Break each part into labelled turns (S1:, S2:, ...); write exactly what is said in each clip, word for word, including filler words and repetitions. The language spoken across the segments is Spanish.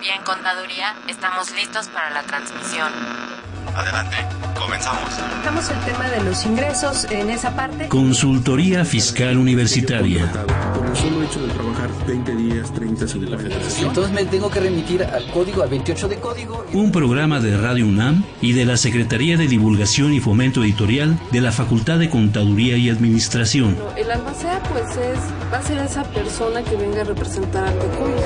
S1: y en Contaduría estamos listos para la transmisión.
S2: Adelante, comenzamos.
S3: Tocamos el tema de los ingresos en esa parte.
S4: Consultoría Fiscal Universitaria.
S5: Por el solo hecho de trabajar veinte días, treinta sin la federación.
S6: Entonces me tengo que remitir al código, al veintiocho de código.
S4: Un programa de Radio UNAM y de la Secretaría de Divulgación y Fomento Editorial de la Facultad de Contaduría y Administración.
S7: El albacea pues es, va a ser esa persona que venga a representar al Tecuy.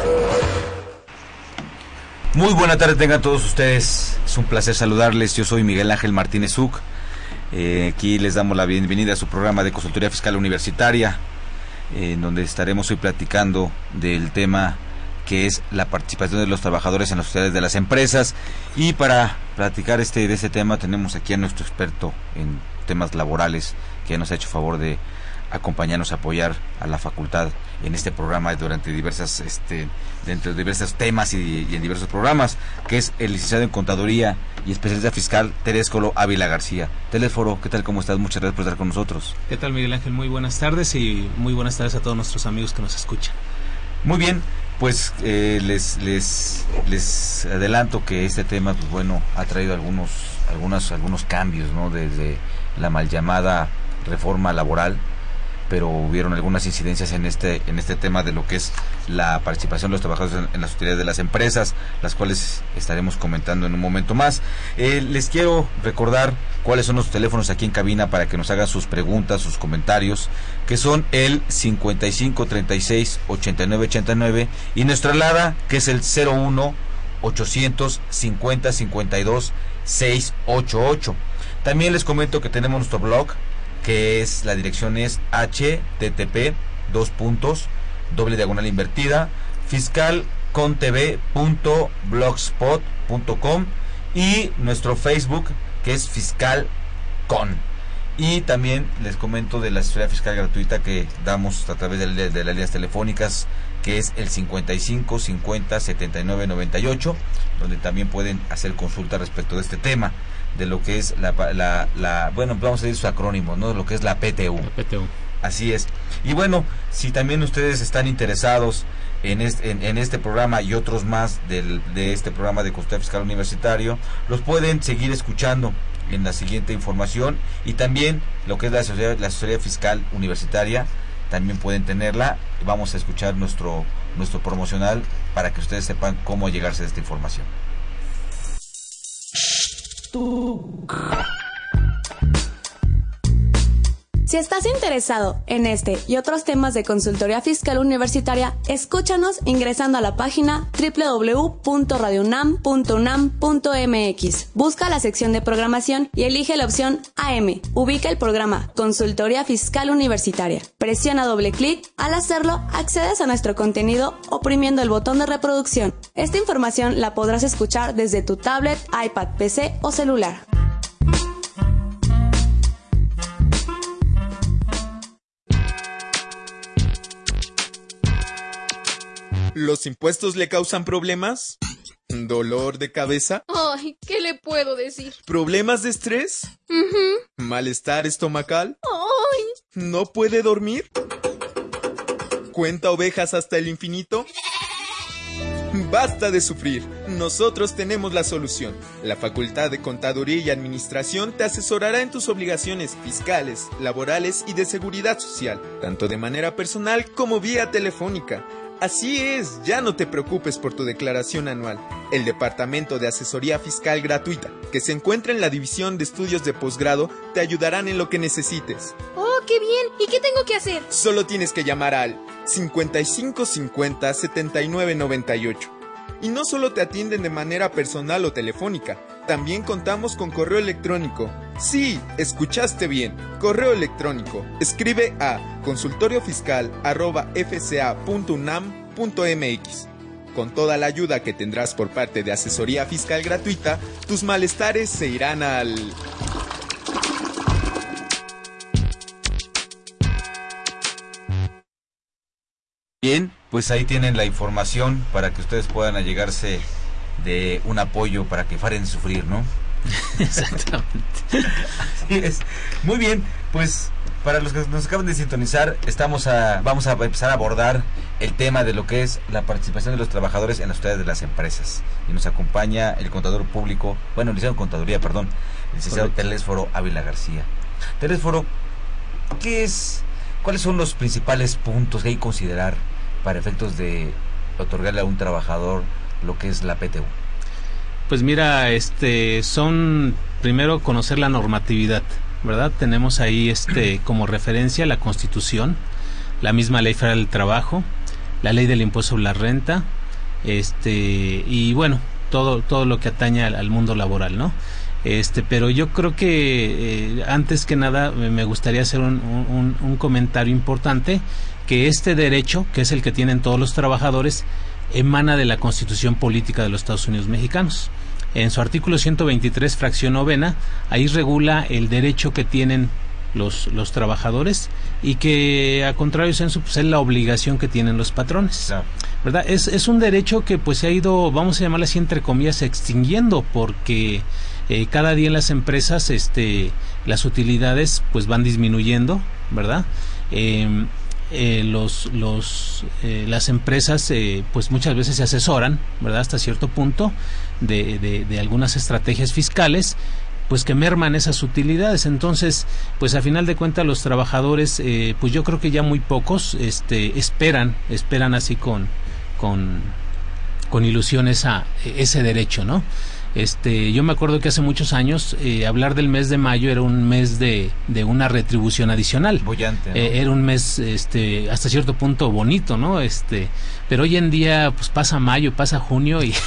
S8: Muy buena tarde tengan todos ustedes, es un placer saludarles, yo soy Miguel Ángel Martínez Uc, eh, aquí les damos la bienvenida a su programa de Consultoría Fiscal Universitaria, eh, en donde estaremos hoy platicando del tema que es la participación de los trabajadores en las sociedades de las empresas, y para platicar este de este tema tenemos aquí a nuestro experto en temas laborales, que nos ha hecho favor de acompañarnos, apoyar a la facultad en este programa durante diversas este dentro de diversos temas y, y en diversos programas, que es el licenciado en Contaduría y especialista fiscal Teréscolo Ávila García. Telésforo, ¿qué tal? ¿Cómo estás? Muchas gracias por estar con nosotros.
S9: ¿Qué tal, Miguel Ángel? Muy buenas tardes y muy buenas tardes a todos nuestros amigos que nos escuchan.
S8: Muy bien, pues eh, les les les adelanto que este tema, pues bueno, ha traído algunos algunos algunos cambios, ¿no? Desde la mal llamada reforma laboral, pero hubieron algunas incidencias en este en este tema de lo que es la participación de los trabajadores en, en las utilidades de las empresas, las cuales estaremos comentando en un momento más. Eh, les quiero recordar cuáles son los teléfonos aquí en cabina para que nos hagan sus preguntas, sus comentarios, que son el cincuenta y cinco, treinta y seis, ochenta y nueve, ochenta y nueve y nuestra alada, que es el cero uno, ochocientos cincuenta, cincuenta y dos, seiscientos ochenta y ocho. También les comento que tenemos nuestro blog, que es, la dirección es http dos puntos doble diagonal invertida fiscalcontv punto blogspot punto com y nuestro Facebook, que es fiscalcon. Y también les comento de la asesoría fiscal gratuita que damos a través de, de las líneas telefónicas, que es el cincuenta y cinco, cincuenta, setenta y nueve, noventa y ocho, donde también pueden hacer consulta respecto de este tema, de lo que es la, la, la bueno, vamos a decir su acrónimo, ¿no? Lo que es la P T U.
S9: La P T U.
S8: Así es. Y bueno, si también ustedes están interesados en este, en, en este programa y otros más del, de este programa de Consultoría Fiscal Universitario, los pueden seguir escuchando en la siguiente información, y también lo que es la asesoría, la asesoría fiscal universitaria, también pueden tenerla. Vamos a escuchar nuestro, nuestro promocional para que ustedes sepan cómo llegarse a esta información.
S10: Si estás interesado en este y otros temas de Consultoría Fiscal Universitaria, escúchanos ingresando a la página doble u doble u doble u punto radio unam punto unam punto m x. Busca la sección de programación y elige la opción A M. Ubica el programa Consultoría Fiscal Universitaria. Presiona doble clic. Al hacerlo, accedes a nuestro contenido oprimiendo el botón de reproducción. Esta información la podrás escuchar desde tu tablet, iPad, P C o celular.
S11: ¿Los impuestos le causan problemas? ¿Dolor de cabeza?
S12: Ay, ¿qué le puedo decir?
S11: ¿Problemas de estrés?
S12: Uh-huh.
S11: ¿Malestar estomacal?
S12: Ay.
S11: ¿No puede dormir? ¿Cuenta ovejas hasta el infinito? Basta de sufrir, nosotros tenemos la solución. La Facultad de Contaduría y Administración te asesorará en tus obligaciones fiscales, laborales y de seguridad social, tanto de manera personal como vía telefónica. Así es, ya no te preocupes por tu declaración anual. El Departamento de Asesoría Fiscal Gratuita, que se encuentra en la División de Estudios de Posgrado, te ayudarán en lo que necesites.
S12: ¡Oh, qué bien! ¿Y qué tengo que hacer?
S11: Solo tienes que llamar al cincuenta y cinco cincuenta, setenta y nueve noventa y ocho. Y no solo te atienden de manera personal o telefónica, también contamos con correo electrónico. Sí, escuchaste bien, correo electrónico. Escribe a consultoriofiscal arroba f c a punto unam punto m x. Con toda la ayuda que tendrás por parte de asesoría fiscal gratuita, tus malestares se irán al...
S8: Bien, pues ahí tienen la información para que ustedes puedan allegarse de un apoyo para que paren de sufrir, ¿no?
S9: Exactamente.
S8: Así es. Muy bien, pues para los que nos acaban de sintonizar, estamos a, vamos a empezar a abordar el tema de lo que es la participación de los trabajadores en las utilidades de las empresas. Y nos acompaña el contador público, bueno, el licenciado en contaduría, perdón, el licenciado Telésforo Ávila García. Telésforo, ¿qué es, cuáles son los principales puntos que hay que considerar para efectos de otorgarle a un trabajador lo que es la P T U?
S9: Pues mira, este, son primero conocer la normatividad, ¿verdad? Tenemos ahí este como referencia la Constitución, la misma Ley Federal del Trabajo, la Ley del Impuesto sobre la Renta, este y bueno, todo todo lo que atañe al, al mundo laboral, ¿no? Este, pero yo creo que eh, antes que nada me gustaría hacer un, un, un comentario importante, que este derecho, que es el que tienen todos los trabajadores, emana de la Constitución Política de los Estados Unidos Mexicanos. En su artículo ciento veintitrés, fracción novena, ahí regula el derecho que tienen los, los trabajadores y que, a contrario censo, pues es la obligación que tienen los patrones. Claro. ¿Verdad? Es, es un derecho que pues se ha ido, vamos a llamarlo así, entre comillas, extinguiendo, porque eh, cada día en las empresas este, las utilidades pues van disminuyendo, ¿verdad? Eh, Eh, los los eh, las empresas eh, pues muchas veces se asesoran, ¿verdad?, hasta cierto punto de, de, de algunas estrategias fiscales pues que merman esas utilidades. Entonces pues a final de cuentas los trabajadores eh, pues yo creo que ya muy pocos este esperan esperan así con con con ilusión esa, ese derecho, ¿no? Este, yo me acuerdo que hace muchos años eh, hablar del mes de mayo era un mes de, de una retribución adicional.
S8: Bollante, ¿no?
S9: Eh, era un mes, este, hasta cierto punto bonito, ¿no? Este, pero hoy en día, pues pasa mayo, pasa junio y,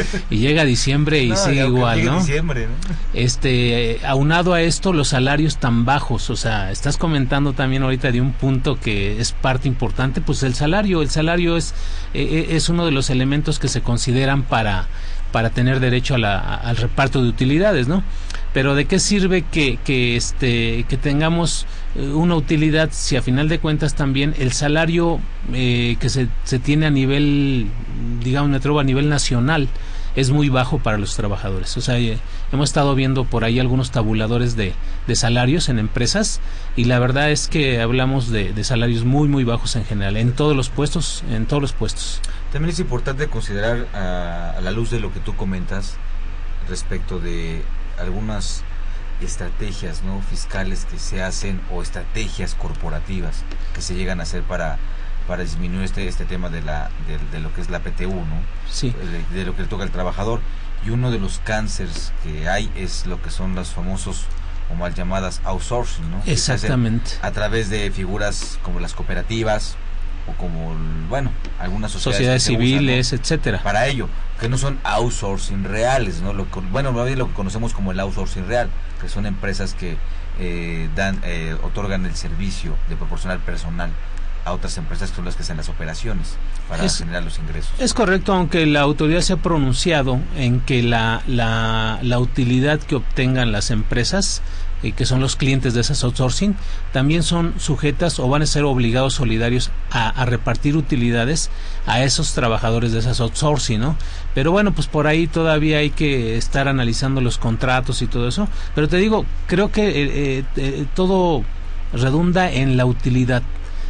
S9: y llega diciembre y no, sigue igual, ¿no? Diciembre, ¿no? Este, eh, aunado a esto, los salarios tan bajos, o sea, estás comentando también ahorita de un punto que es parte importante, pues el salario, el salario es, eh, es uno de los elementos que se consideran para para tener derecho a la, a, al reparto de utilidades, ¿no? Pero ¿de qué sirve que, que este que tengamos una utilidad si a final de cuentas también el salario eh, que se, se tiene a nivel, digamos, me atrevo, a nivel nacional, es muy bajo para los trabajadores? O sea, eh, hemos estado viendo por ahí algunos tabuladores de, de salarios en empresas y la verdad es que hablamos de, de salarios muy muy bajos en general, en todos los puestos, en todos los puestos.
S8: También es importante considerar a, a la luz de lo que tú comentas respecto de algunas estrategias, ¿no?, fiscales que se hacen, o estrategias corporativas que se llegan a hacer para para disminuir este este tema de la de, de lo que es la P T U, ¿no?
S9: Sí.
S8: De, de lo que le toca al trabajador. Y uno de los cánceres que hay es lo que son los famosos o mal llamadas outsourcing, ¿no?
S9: Exactamente.
S8: A través de figuras como las cooperativas o como, bueno, algunas sociedades,
S9: sociedades civiles,
S8: usan, ¿no?,
S9: etcétera.
S8: Para ello, que no son outsourcing reales, ¿no? Lo, bueno, lo que conocemos como el outsourcing real, que son empresas que eh, dan, eh, otorgan el servicio de proporcionar personal a otras empresas que son las que hacen las operaciones para es, generar los ingresos.
S9: Es correcto, aunque la autoridad se ha pronunciado en que la, la, la utilidad que obtengan las empresas, eh, que son los clientes de esas outsourcing, también son sujetas o van a ser obligados solidarios a, a repartir utilidades a esos trabajadores de esas outsourcing, ¿no? Pero bueno, pues por ahí todavía hay que estar analizando los contratos y todo eso. Pero te digo, creo que eh, eh, todo redunda en la utilidad.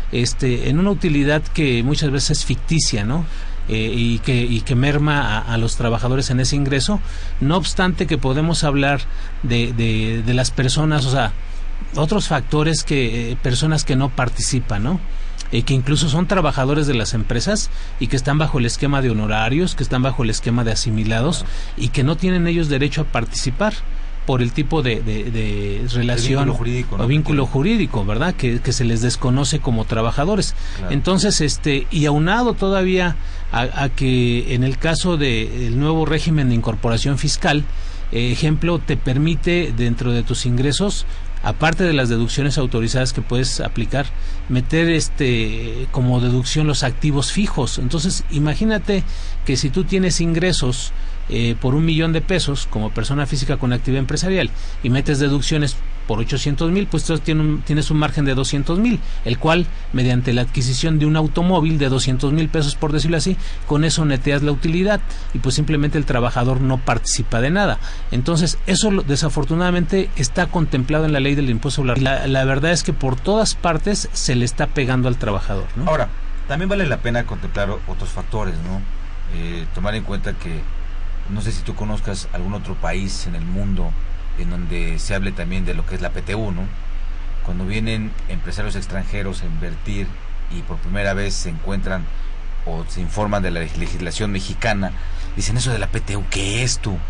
S9: Este, en una utilidad que muchas veces es ficticia, ¿no? Eh, y que y que merma a, a los trabajadores en ese ingreso. No obstante que podemos hablar de, de, de las personas, o sea, otros factores que eh, personas que no participan, ¿no? Eh, que incluso son trabajadores de las empresas y que están bajo el esquema de honorarios, que están bajo el esquema de asimilados y que no tienen ellos derecho a participar por el tipo de, de, de relación
S8: vínculo jurídico, ¿no?,
S9: o vínculo jurídico, ¿verdad?, que, que se les desconoce como trabajadores. Claro. Entonces, este, y aunado todavía a, a que en el caso del nuevo régimen de incorporación fiscal, eh, ejemplo, te permite dentro de tus ingresos, aparte de las deducciones autorizadas que puedes aplicar, meter este como deducción los activos fijos. Entonces, imagínate que si tú tienes ingresos eh, por un millón de pesos como persona física con actividad empresarial y metes deducciones por ochocientos mil, pues tú tienes un, tienes un margen de doscientos mil, el cual, mediante la adquisición de un automóvil de doscientos mil pesos, por decirlo así, con eso neteas la utilidad y pues simplemente el trabajador no participa de nada. Entonces, eso desafortunadamente está contemplado en la ley del impuesto sobre la, la, la verdad es que por todas partes se le está pegando al trabajador, ¿no?
S8: Ahora, También vale la pena contemplar otros factores, ¿no? Eh, tomar en cuenta que, no sé si tú conozcas algún otro país en el mundo en donde se hable también de lo que es la P T U, ¿no? Cuando vienen empresarios extranjeros a invertir y por primera vez se encuentran o se informan de la legislación mexicana, dicen eso de la P T U, ¿qué es tú?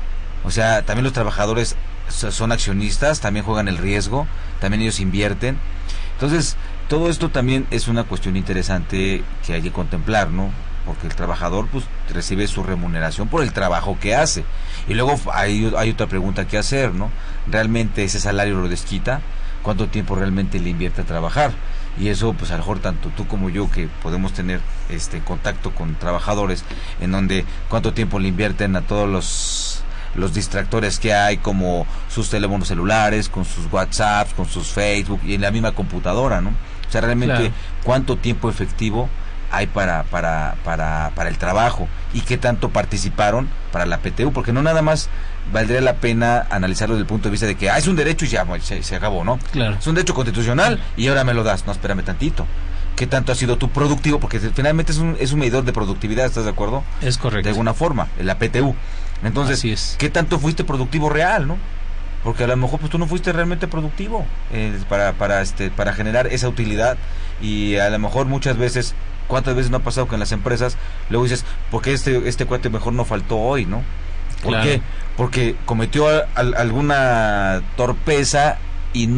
S8: O sea, también los trabajadores son accionistas, también juegan el riesgo, también ellos invierten. Entonces, todo esto también es una cuestión interesante que hay que contemplar, ¿no? Porque el trabajador pues recibe su remuneración por el trabajo que hace. Y luego hay, hay otra pregunta que hacer, ¿no? ¿Realmente ese salario lo desquita? ¿Cuánto tiempo realmente le invierte a trabajar? Y eso, pues a lo mejor tanto tú como yo, que podemos tener este contacto con trabajadores, en donde cuánto tiempo le invierten a todos los los distractores que hay, como sus teléfonos celulares, con sus WhatsApps, con sus Facebook y en la misma computadora, ¿no? O sea, realmente, claro, cuánto tiempo efectivo hay para para para para el trabajo y qué tanto participaron para la P T U, porque no nada más valdría la pena analizarlo desde el punto de vista de que ah, es un derecho y ya se, se acabó, ¿no? Claro. Es un derecho constitucional y ahora me lo das. No, espérame tantito. ¿Qué tanto ha sido tu productivo? Porque finalmente es un, es un medidor de productividad, ¿estás de acuerdo? Es correcto. De alguna forma, la P T U. Entonces, así es. ¿Qué tanto fuiste productivo real, no? Porque a lo mejor pues tú no fuiste realmente productivo eh, para para este para generar esa utilidad, y a lo mejor muchas veces, ¿cuántas veces no ha pasado que en las empresas luego dices, ¿por qué este este cuate mejor no faltó hoy, no? ¿Por claro. qué? Porque cometió a, a, alguna torpeza y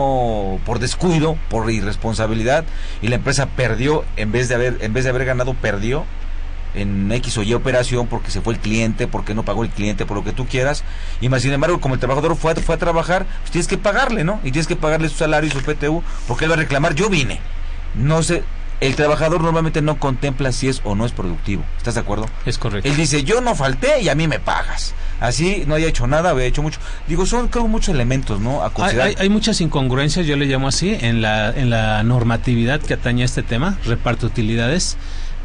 S8: no por descuido, por irresponsabilidad, y la empresa perdió en vez de haber en vez de haber ganado, perdió en X o Y operación, porque se fue el cliente, porque no pagó el cliente, por lo que tú quieras. Y más sin embargo, como el trabajador fue a, fue a trabajar, pues tienes que pagarle, ¿no? Y tienes que pagarle su salario y su P T U, porque él va a reclamar, yo vine. No sé, el trabajador normalmente no contempla si es o no es productivo. ¿Estás de acuerdo? Es correcto. Él dice, yo no falté y a mí me pagas. Así no haya hecho nada, había hecho mucho. Digo, son creo muchos elementos, ¿no? A considerar. Hay, hay, hay muchas incongruencias, yo le llamo así, en la, en la normatividad que atañe a este tema, reparto de utilidades,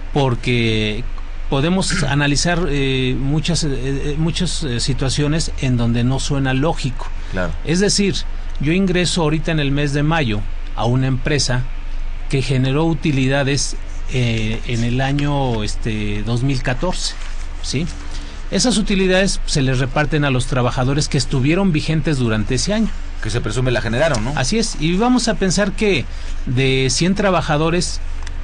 S8: porque podemos analizar eh, muchas eh, muchas eh, situaciones en donde no suena lógico. Claro. Es decir, yo ingreso ahorita en el mes de mayo a una empresa que generó utilidades eh, en el año este dos mil catorce, ¿sí? Esas utilidades se les reparten a los trabajadores que estuvieron vigentes durante ese año. Que se presume la generaron, ¿no? Así es, y vamos a pensar que de cien trabajadores,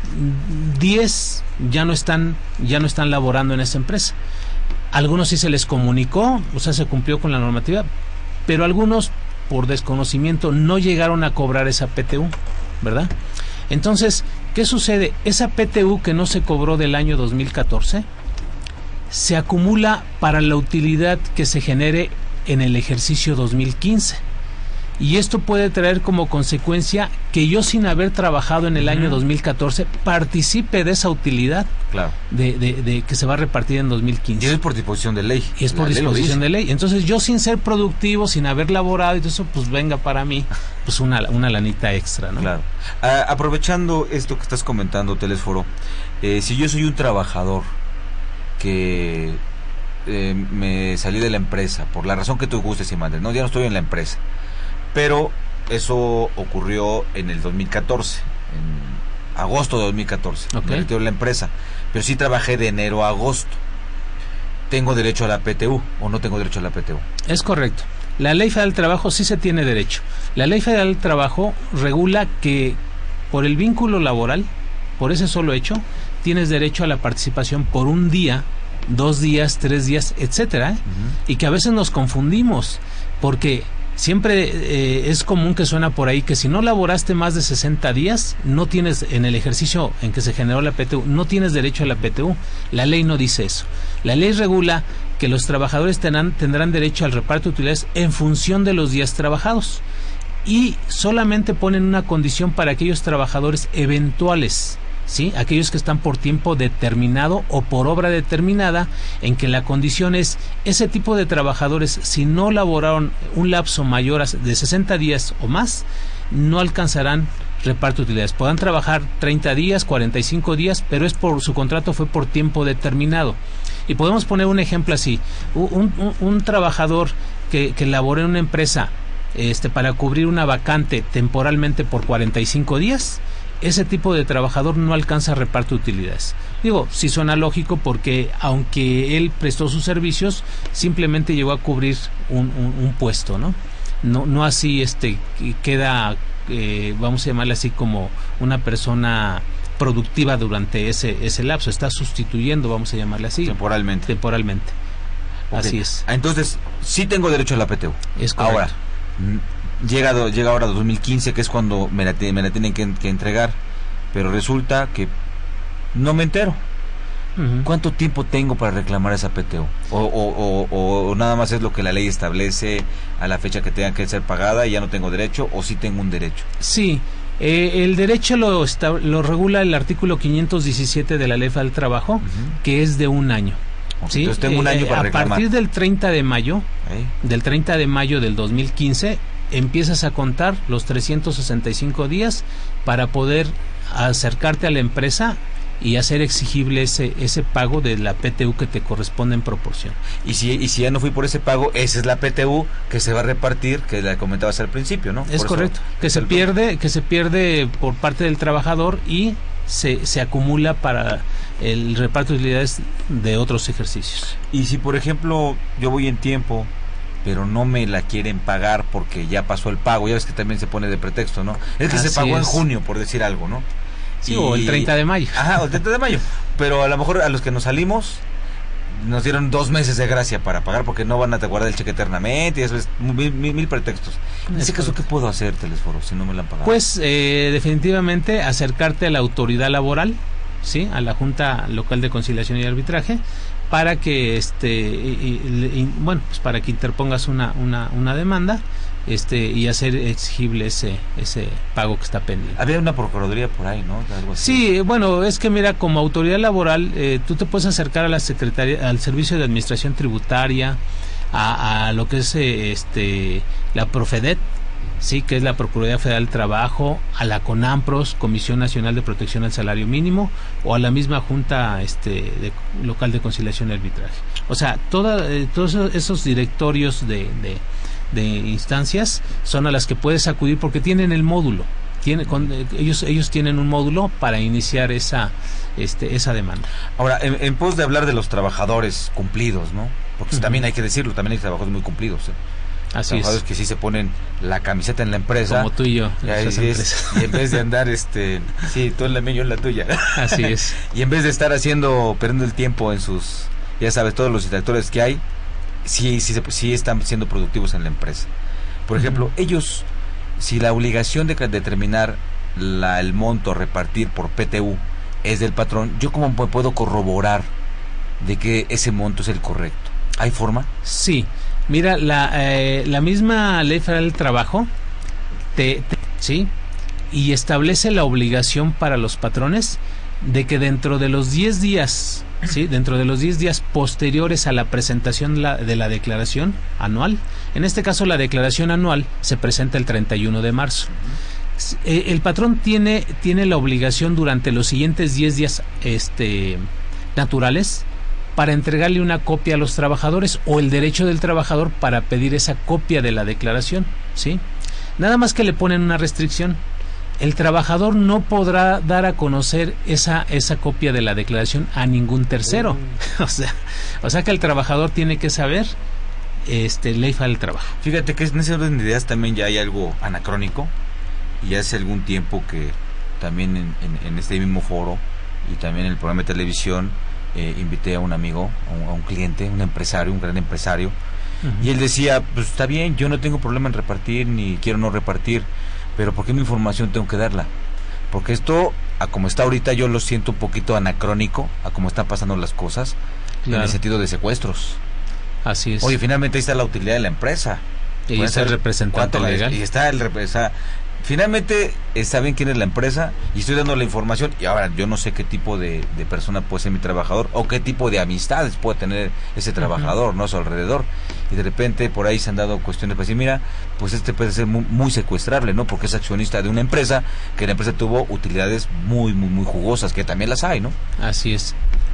S8: diez ya no están ya no están laborando en esa empresa. Algunos sí se les comunicó, o sea, se cumplió con la normativa, pero algunos por desconocimiento no llegaron a cobrar esa P T U, ¿verdad? Entonces, ¿qué sucede? Esa P T U que no se cobró del año dos mil catorce se acumula para la utilidad que se genere en el ejercicio dos mil quince. Y esto puede traer como consecuencia que yo, sin haber trabajado en el uh-huh. año dos mil catorce, participe de esa utilidad, claro, de, de, de que se va a repartir en dos mil quince. Y es por disposición de ley. Y es por la disposición de ley. Entonces yo, sin ser productivo, sin haber laborado y todo eso, pues venga para mí pues una, una lanita extra, ¿no? Claro. Ah, aprovechando esto que estás comentando, Telésforo, eh, si yo soy un trabajador que eh, me salí de la empresa por la razón que tú gustes y mandes, no, ya no estoy en la empresa, pero eso ocurrió en el dos mil catorce, en agosto de dos mil catorce, okay, me retiró la empresa, pero sí trabajé de enero a agosto. ¿Tengo derecho a la P T U o no tengo derecho a la P T U? Es correcto. La Ley Federal del Trabajo sí se tiene derecho. La Ley Federal del Trabajo regula que por el vínculo laboral, por ese solo hecho, tienes derecho a la participación por un día, dos días, tres días, etcétera, ¿eh? Uh-huh. Y que a veces nos confundimos, porque siempre eh, es común que suena por ahí que si no laboraste más de sesenta días, no tienes, en el ejercicio en que se generó la P T U, no tienes derecho a la P T U. La ley no dice eso. La ley regula que los trabajadores tendrán, tendrán derecho al reparto de utilidades en función de los días trabajados, y solamente ponen una condición para aquellos trabajadores eventuales, ¿sí? Aquellos que están por tiempo determinado o por obra determinada, en que la condición es, ese tipo de trabajadores, si no laboraron un lapso mayor de sesenta días o más, no alcanzarán reparto de utilidades. Podrán trabajar treinta días, cuarenta y cinco días, pero es por su contrato fue por tiempo determinado. Y podemos poner un ejemplo así: un, un, un trabajador que, que laboró en una empresa este, para cubrir una vacante temporalmente por cuarenta y cinco días,
S9: ese tipo de trabajador no alcanza reparto de utilidades. Digo, sí suena lógico porque aunque él prestó sus servicios, simplemente llegó a cubrir un, un, un puesto, ¿no? No, no así este queda, eh, vamos a llamarle así como una persona productiva durante ese ese lapso, está sustituyendo, vamos a llamarle así.
S8: Temporalmente.
S9: Temporalmente.
S8: Okay.
S9: Así es.
S8: Entonces, sí tengo derecho a la P T U.
S9: Es correcto.
S8: Ahora, llega, llega ahora dos mil quince, que es cuando me la, me la tienen que, que entregar, pero resulta que no me entero. Uh-huh. ¿Cuánto tiempo tengo para reclamar esa P T U? O, o, o, o nada más es lo que la ley establece a la fecha que tenga que ser pagada y ya no tengo derecho, o sí tengo un derecho.
S9: Sí, eh, el derecho lo, está, lo regula el artículo quinientos diecisiete de la Ley Federal del Trabajo, uh-huh. que es de un año.
S8: Okay,
S9: ¿sí?
S8: Entonces tengo un año
S9: eh,
S8: para
S9: a
S8: reclamar.
S9: A partir del treinta de mayo,
S8: ¿Eh?
S9: del treinta de mayo del dos mil quince, empiezas a contar los trescientos sesenta y cinco días para poder acercarte a la empresa y hacer exigible ese ese pago de la P T U que te corresponde en proporción.
S8: Y si y si ya no fui por ese pago, esa es la P T U que se va a repartir, que la comentabas al principio, ¿no?
S9: Es
S8: por
S9: correcto, que se pierde que se pierde por parte del trabajador y se se acumula para el reparto de utilidades de otros ejercicios.
S8: Y si por ejemplo yo voy en tiempo, pero no me la quieren pagar porque ya pasó el pago, ya ves que también se pone de pretexto, ¿no? Es que Así se pagó es. en junio, por decir algo, ¿no?
S9: Sí, y, o el treinta de mayo.
S8: Ajá, o el treinta de mayo. Pero a lo mejor a los que nos salimos nos dieron dos meses de gracia para pagar porque no van a guardar el cheque eternamente y eso es mil, mil, mil pretextos. En ese caso, ¿qué puedo hacer, Telesforo, si no me la han pagado?
S9: Pues eh, definitivamente acercarte a la autoridad laboral, ¿sí? A la Junta Local de Conciliación y Arbitraje para que este y, y, y, bueno, pues para que interpongas una una una demanda este y hacer exigible ese ese pago que está pendiente.
S8: Había una procuraduría por ahí, ¿no? Algo así.
S9: Sí, bueno, es que mira, como autoridad laboral eh, tú te puedes acercar a la Secretaría, al Servicio de Administración Tributaria, a, a lo que es eh, este la Profedet, sí, que es la Procuraduría Federal del Trabajo, a la CONAMPROS, Comisión Nacional de Protección al Salario Mínimo, o a la misma Junta este de, Local de Conciliación y Arbitraje. O sea, toda, eh, todos esos directorios de, de de instancias son a las que puedes acudir porque tienen el módulo, tiene, con, eh, ellos ellos tienen un módulo para iniciar esa este esa demanda.
S8: Ahora, en, en pos de hablar de los trabajadores cumplidos, ¿no? Porque uh-huh. también hay que decirlo, también hay trabajadores muy cumplidos, ¿eh?
S9: Así
S8: trabajadores
S9: es.
S8: que sí se ponen la camiseta en la empresa,
S9: como tú y yo,
S8: y, ahí es, y en vez de andar este sí, tú en la mía, yo en la tuya.
S9: Así es.
S8: Y en vez de estar haciendo perdiendo el distractores en sus, ya sabes, todos los distractores que hay, sí, sí, sí están siendo productivos en la empresa. Por ejemplo, uh-huh. ellos, si la obligación de determinar la, el monto a repartir por P T U es del patrón, ¿yo cómo puedo corroborar de que ese monto es el correcto? ¿Hay forma?
S9: Sí. Mira, la, eh, la misma Ley Federal del Trabajo, te, te, ¿sí? Y establece la obligación para los patrones de que dentro de los diez días, ¿sí? Dentro de los diez días posteriores a la presentación la, de la declaración anual, en este caso la declaración anual se presenta el treinta y uno de marzo. Eh, el patrón tiene, tiene la obligación durante los siguientes diez días este, naturales para entregarle una copia a los trabajadores o el derecho del trabajador para pedir esa copia de la declaración, ¿sí? Nada más que le ponen una restricción. El trabajador no podrá dar a conocer esa esa copia de la declaración a ningún tercero. Uh. o sea, o sea que el trabajador tiene que saber este Ley Federal del Trabajo.
S8: Fíjate que en ese orden de ideas también ya hay algo anacrónico y hace algún tiempo que también en, en, en este mismo foro y también en el programa de televisión Eh, invité a un amigo, a un, a un cliente, un empresario, un gran empresario, uh-huh. y él decía, pues está bien, yo no tengo problema en repartir, ni quiero no repartir, pero ¿por qué mi información tengo que darla? Porque esto, a como está ahorita, yo lo siento un poquito anacrónico, a cómo están pasando las cosas, claro. En el sentido de secuestros.
S9: Así es.
S8: Oye, finalmente ahí está la utilidad de la empresa.
S9: Y está el representante legal.
S8: Y está el representante. Finalmente saben quién es la empresa y estoy dando la información y ahora yo no sé qué tipo de, de persona puede ser mi trabajador o qué tipo de amistades puede tener ese trabajador, uh-huh. ¿no? A su alrededor. Y de repente por ahí se han dado cuestiones para decir, mira, pues este puede ser muy, muy secuestrable, ¿no? Porque es accionista de una empresa que la empresa tuvo utilidades muy, muy, muy jugosas, que también las hay, ¿no?
S9: Así es.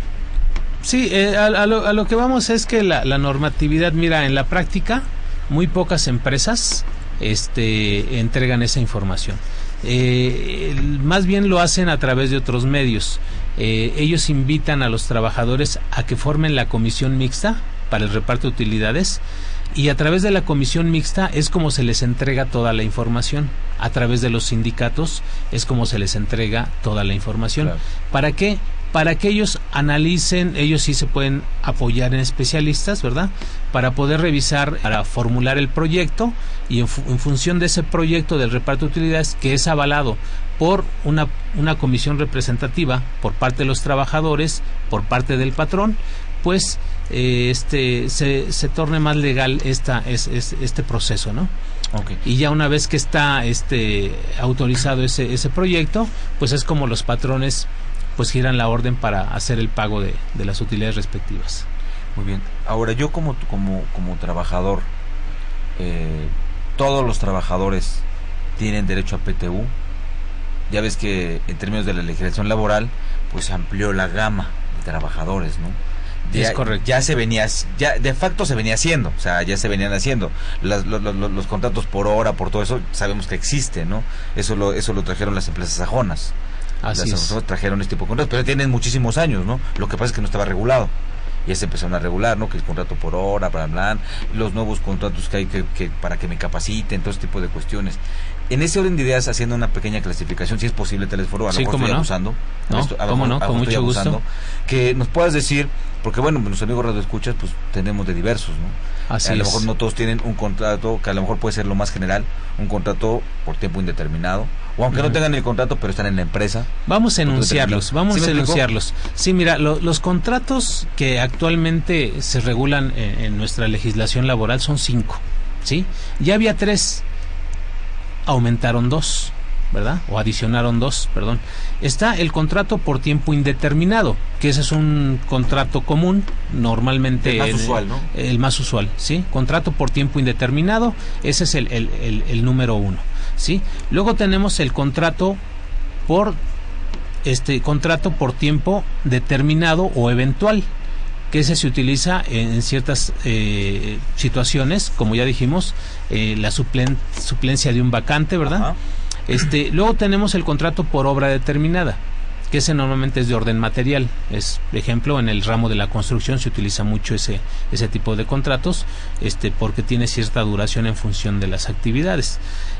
S9: Sí, eh, a, a, lo, a lo que vamos es que la, la normatividad, mira, en la práctica muy pocas empresas este entregan esa información. Eh, el, más bien lo hacen a través de otros medios. Eh, ellos invitan a los trabajadores a que formen la comisión mixta para el reparto de utilidades, y a través de la comisión mixta es como se les entrega toda la información. A través de los sindicatos es como se les entrega toda la información. Claro. ¿Para qué? Para que ellos analicen, ellos sí se pueden apoyar en especialistas, ¿verdad? Para poder revisar, para formular el proyecto, y en, fu en función de ese proyecto del reparto de utilidades, que es avalado por una, una comisión representativa por parte de los trabajadores, por parte del patrón, pues eh, este se, se torne más legal esta es, es, este proceso, ¿no? Okay. Y ya una vez que está este autorizado ese ese proyecto, pues es como los patrones pues giran la orden para hacer el pago de, de las utilidades respectivas.
S8: Muy bien. Ahora, yo como como como trabajador, eh, todos los trabajadores tienen derecho a P T U. Ya ves que en términos de la legislación laboral, pues amplió la gama de trabajadores, ¿no? Ya, es correcto. Ya se venía, ya de facto se venía haciendo, o sea, ya se venían haciendo las, los, los, los contratos por hora, por todo eso, sabemos que existe, ¿no? Eso lo, eso lo trajeron las empresas sajonas. Así las es. Trajeron este tipo de contratos, pero tienen muchísimos años, ¿no? Lo que pasa es que no estaba regulado. Ya se empezaron a regular, ¿no? Que el contrato por hora, bla, bla, los nuevos contratos que hay que, que para que me capaciten, todo ese tipo de cuestiones. En ese orden de ideas, haciendo una pequeña clasificación, si es posible, Telesforo, a lo
S9: sí,
S8: mejor estoy
S9: no.
S8: abusando.
S9: No,
S8: esto, a
S9: cómo
S8: lo,
S9: no, con mucho
S8: abusando,
S9: gusto.
S8: Que nos puedas decir, porque bueno, los amigos radioescuchas, pues tenemos de diversos, ¿no?
S9: Así
S8: a lo
S9: es.
S8: mejor no todos tienen un contrato, que a lo mejor puede ser lo más general, un contrato por tiempo indeterminado, o aunque uh-huh. no tengan el contrato, pero están en la empresa.
S9: Vamos a enunciarlos, vamos
S8: ¿Sí
S9: a enunciarlos. Sí, mira, lo, los contratos que actualmente se regulan en, en nuestra legislación laboral son cinco, ¿sí? Ya había tres, aumentaron dos, ¿verdad? O adicionaron dos, perdón. Está el contrato por tiempo indeterminado, que ese es un contrato común, normalmente
S8: el más
S9: el,
S8: usual, ¿no?
S9: El más usual, ¿sí? Contrato por tiempo indeterminado, ese es el, el, el, el número uno, ¿sí? Luego tenemos el contrato por este contrato por tiempo determinado o eventual, que ese se utiliza en ciertas eh, situaciones, como ya dijimos, eh, la suplen suplencia de un vacante, ¿verdad? Ajá. Este, luego tenemos el contrato por obra determinada, que ese normalmente es de orden material. Es, por ejemplo, en el ramo de la construcción se utiliza mucho ese ese tipo de contratos, este, porque tiene cierta duración en función de las actividades.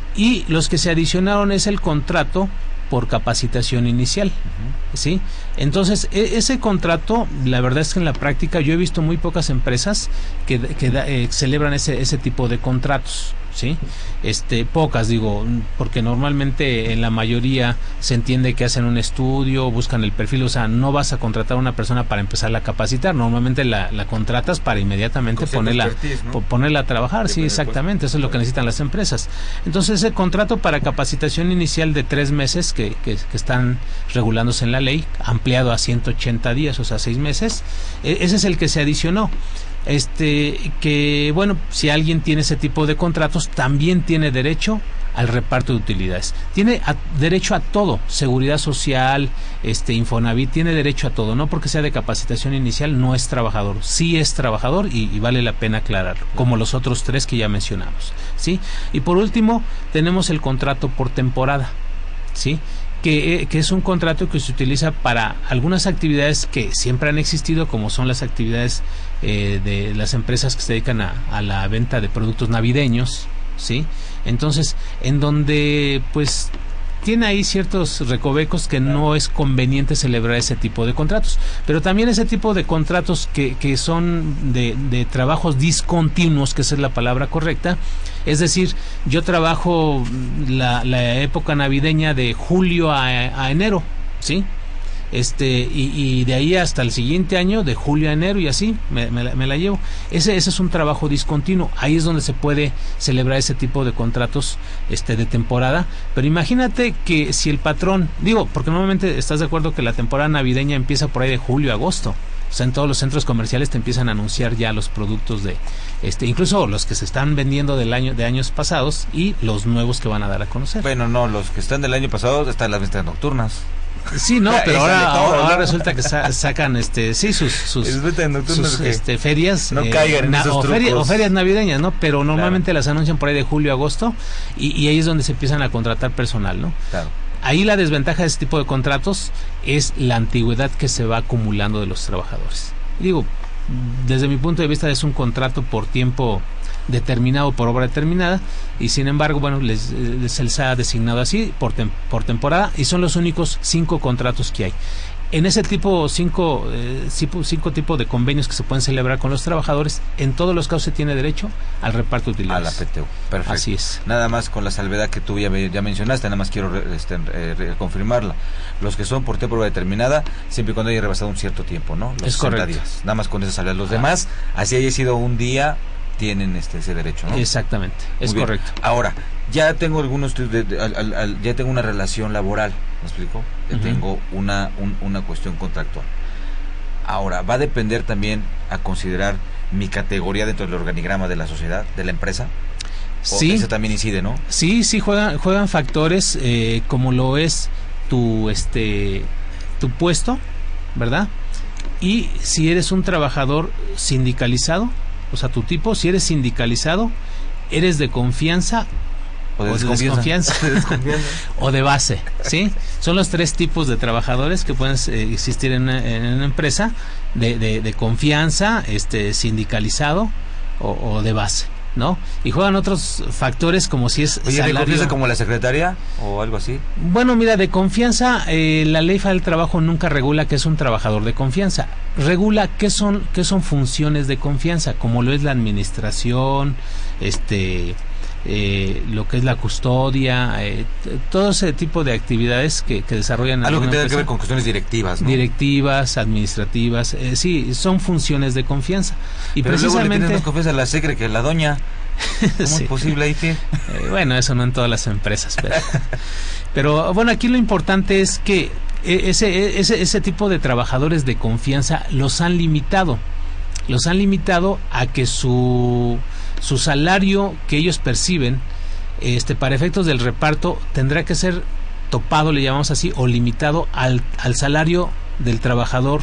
S9: Y los que se adicionaron es el contrato por capacitación inicial, uh-huh. ¿sí? Entonces, e ese contrato, la verdad es que en la práctica yo he visto muy pocas empresas que, que da, eh, celebran ese, ese tipo de contratos, ¿sí? Este, pocas, digo, porque normalmente en la mayoría se entiende que hacen un estudio, buscan el perfil, o sea, no vas a contratar a una persona para empezarla a capacitar, normalmente la, la contratas para inmediatamente ponerla, ¿no? ponerla a trabajar, sí, exactamente, eso es lo que necesitan las empresas. Entonces, ese contrato para capacitación inicial de tres meses que, que, que están regulándose en la ley, ampliado a ciento ochenta días, o sea, seis meses, ese es el que se adicionó. Este, que bueno, si alguien tiene ese tipo de contratos, también tiene derecho al reparto de utilidades, tiene a, derecho a todo, seguridad social, este, Infonavit, tiene derecho a todo, no porque sea de capacitación inicial no es trabajador, sí es trabajador y, y vale la pena aclararlo, como los otros tres que ya mencionamos, ¿sí? Y por último tenemos el contrato por temporada, ¿sí? Que, que es un contrato que se utiliza para algunas actividades que siempre han existido, como son las actividades eh, de las empresas que se dedican a, a la venta de productos navideños, ¿sí? Entonces, en donde pues tiene ahí ciertos recovecos que no es conveniente celebrar ese tipo de contratos, pero también ese tipo de contratos que, que son de, de trabajos discontinuos, que esa es la palabra correcta, es decir, yo trabajo la, la época navideña de julio a, a enero, ¿sí? Este, y, y de ahí hasta el siguiente año, de julio a enero y así, me, me, la, me la llevo. Ese, ese es un trabajo discontinuo, ahí es donde se puede celebrar ese tipo de contratos este, de temporada, pero imagínate que si el patrón, digo, porque normalmente estás de acuerdo que la temporada navideña empieza por ahí de julio a agosto, o sea, en todos los centros comerciales te empiezan a anunciar ya los productos de, este, incluso los que se están vendiendo del año, de años pasados y los nuevos que van a dar a conocer.
S8: Bueno, no, los que están del año pasado están las ventas nocturnas.
S9: Sí, no, pero ahora, ahora, ahora resulta que sa sacan este sí sus sus, sus este, ferias
S8: no eh, caigan en esos
S9: o, feria, o ferias navideñas, ¿no? Pero normalmente claro. las anuncian por ahí de julio a agosto y, y ahí es donde se empiezan a contratar personal, ¿no?
S8: Claro.
S9: Ahí la desventaja de este tipo de contratos es la antigüedad que se va acumulando de los trabajadores. Digo, desde mi punto de vista es un contrato por tiempo determinado, por obra determinada, y sin embargo, bueno, les, les, les ha designado así por, tem por temporada, y son los únicos cinco contratos que hay. En ese tipo, cinco, eh, cinco, cinco tipos de convenios que se pueden celebrar con los trabajadores, en todos los casos se tiene derecho al reparto de utilidades.
S8: A la P T U, perfecto.
S9: Así es.
S8: Nada más con la salvedad que tú ya, ya mencionaste, nada más quiero este, eh, confirmarla. Los que son por temporada determinada, siempre y cuando haya rebasado un cierto tiempo, ¿no? Los
S9: es correcto.
S8: días. Nada más con esa salvedad. Los ah. demás, así haya sido un día, tienen este ese derecho, ¿no?
S9: Exactamente, es correcto.
S8: Ahora, ya tengo algunos de, de, al, al, al, ya tengo una relación laboral, ¿me explico? Ya uh-huh. tengo una un, una cuestión contractual. Ahora, va a depender también a considerar mi categoría dentro del organigrama de la sociedad, de la empresa.
S9: Sí.
S8: Eso también incide, ¿no?
S9: Sí, sí juegan juegan factores eh, como lo es tu este tu puesto, ¿verdad? Y si eres un trabajador sindicalizado, o sea, tu tipo, si eres sindicalizado, eres de confianza
S8: o de,
S9: o de desconfianza,
S8: de desconfianza.
S9: o de base, ¿sí? Son los tres tipos de trabajadores que pueden eh, existir en una, en una empresa, de, de, de confianza, este, sindicalizado o, o de base, ¿no? Y juegan otros factores como si es
S8: Oye,
S9: salario.
S8: ¿de confianza como la secretaria o algo así?
S9: Bueno, mira, de confianza, eh, la Ley Federal del Trabajo nunca regula qué es un trabajador de confianza. Regula qué son qué son funciones de confianza, como lo es la administración, este, eh, lo que es la custodia, eh, todo ese tipo de actividades que, que desarrollan.
S8: Algo que tenga
S9: empresa.
S8: que ver con cuestiones directivas, ¿no?
S9: Directivas, administrativas, eh, sí, son funciones de confianza. Y
S8: Pero
S9: precisamente.
S8: Luego le tienes más confianza a la secre que a la doña. ¿Cómo sí. es posible ahí, tío?
S9: Eh, bueno, eso no en todas las empresas, pero, pero bueno, aquí lo importante es que ese, ese, ese tipo de trabajadores de confianza los han limitado, los han limitado a que su, su salario que ellos perciben, este, para efectos del reparto, tendrá que ser topado, le llamamos así, o limitado al, al salario del trabajador,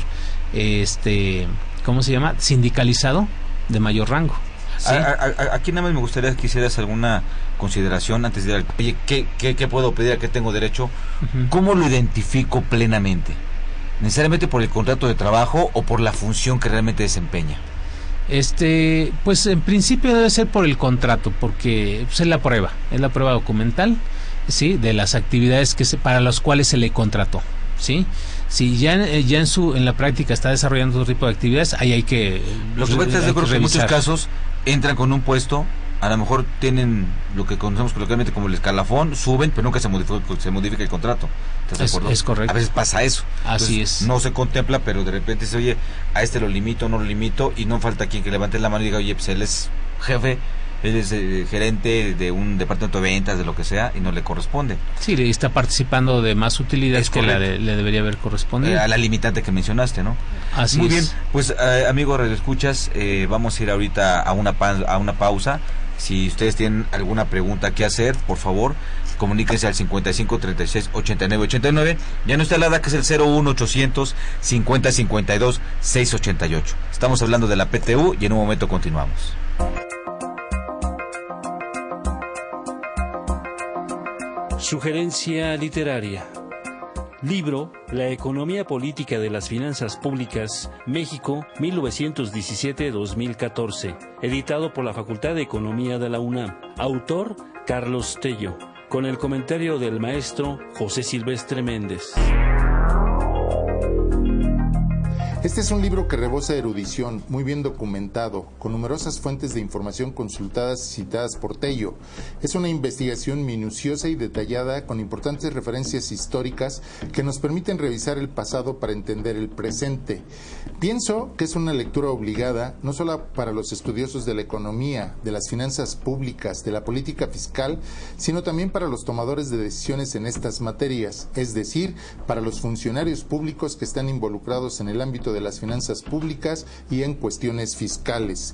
S9: este, ¿cómo se llama? Sindicalizado de mayor rango. ¿Sí?
S8: A, a, aquí nada más me gustaría que hicieras alguna consideración antes de ir al... Oye, ¿qué, qué, qué puedo pedir? ¿A qué tengo derecho? Uh-huh. ¿Cómo lo identifico plenamente? ¿Necesariamente por el contrato de trabajo o por la función que realmente desempeña?
S9: Este, pues en principio debe ser por el contrato, porque pues, es la prueba, es la prueba documental, ¿sí? De las actividades que se, para las cuales se le contrató, ¿sí? Si ya, ya en su en la práctica está desarrollando otro tipo de actividades, ahí hay que
S8: Lo que pasa es que, que en muchos casos entran con un puesto, a lo mejor tienen lo que conocemos coloquialmente como el escalafón, suben, pero nunca se modifica, se modifica el contrato. ¿Estás de acuerdo?
S9: Es, es correcto.
S8: A veces pasa eso.
S9: Así
S8: Entonces,
S9: es.
S8: No se contempla, pero de repente se oye, a este lo limito, no lo limito, y no falta quien que levante la mano y diga, oye, pues él es jefe, él es eh, gerente de un departamento de ventas, de lo que sea, y no le corresponde.
S9: Sí, le está participando de más utilidades es que la de, le debería haber correspondido.
S8: Eh, a la limitante que mencionaste, ¿no?
S9: Así
S8: Muy
S9: es.
S8: bien, pues eh, amigos radioescuchas, eh, vamos a ir ahorita a una, pa a una pausa. Si ustedes tienen alguna pregunta que hacer, por favor, comuníquense al cincuenta y cinco, treinta y seis, ochenta y nueve, ochenta y nueve. Ya no está la que es el cero uno ochocientos cincuenta, cincuenta y dos, seiscientos ochenta y ocho. Estamos hablando de la P T U y en un momento continuamos.
S4: Sugerencia literaria. Libro La economía política de las finanzas públicas, México, mil novecientos diecisiete a dos mil catorce, editado por la Facultad de Economía de la UNAM. Autor, Carlos Tello, con el comentario del maestro José Silvestre Méndez.
S13: Este es un libro que rebosa erudición, muy bien documentado, con numerosas fuentes de información consultadas y citadas por Tello. Es una investigación minuciosa y detallada con importantes referencias históricas que nos permiten revisar el pasado para entender el presente. Pienso que es una lectura obligada, no solo para los estudiosos de la economía, de las finanzas públicas, de la política fiscal, sino también para los tomadores de decisiones en estas materias, es decir, para los funcionarios públicos que están involucrados en el ámbito de las finanzas públicas y en cuestiones fiscales.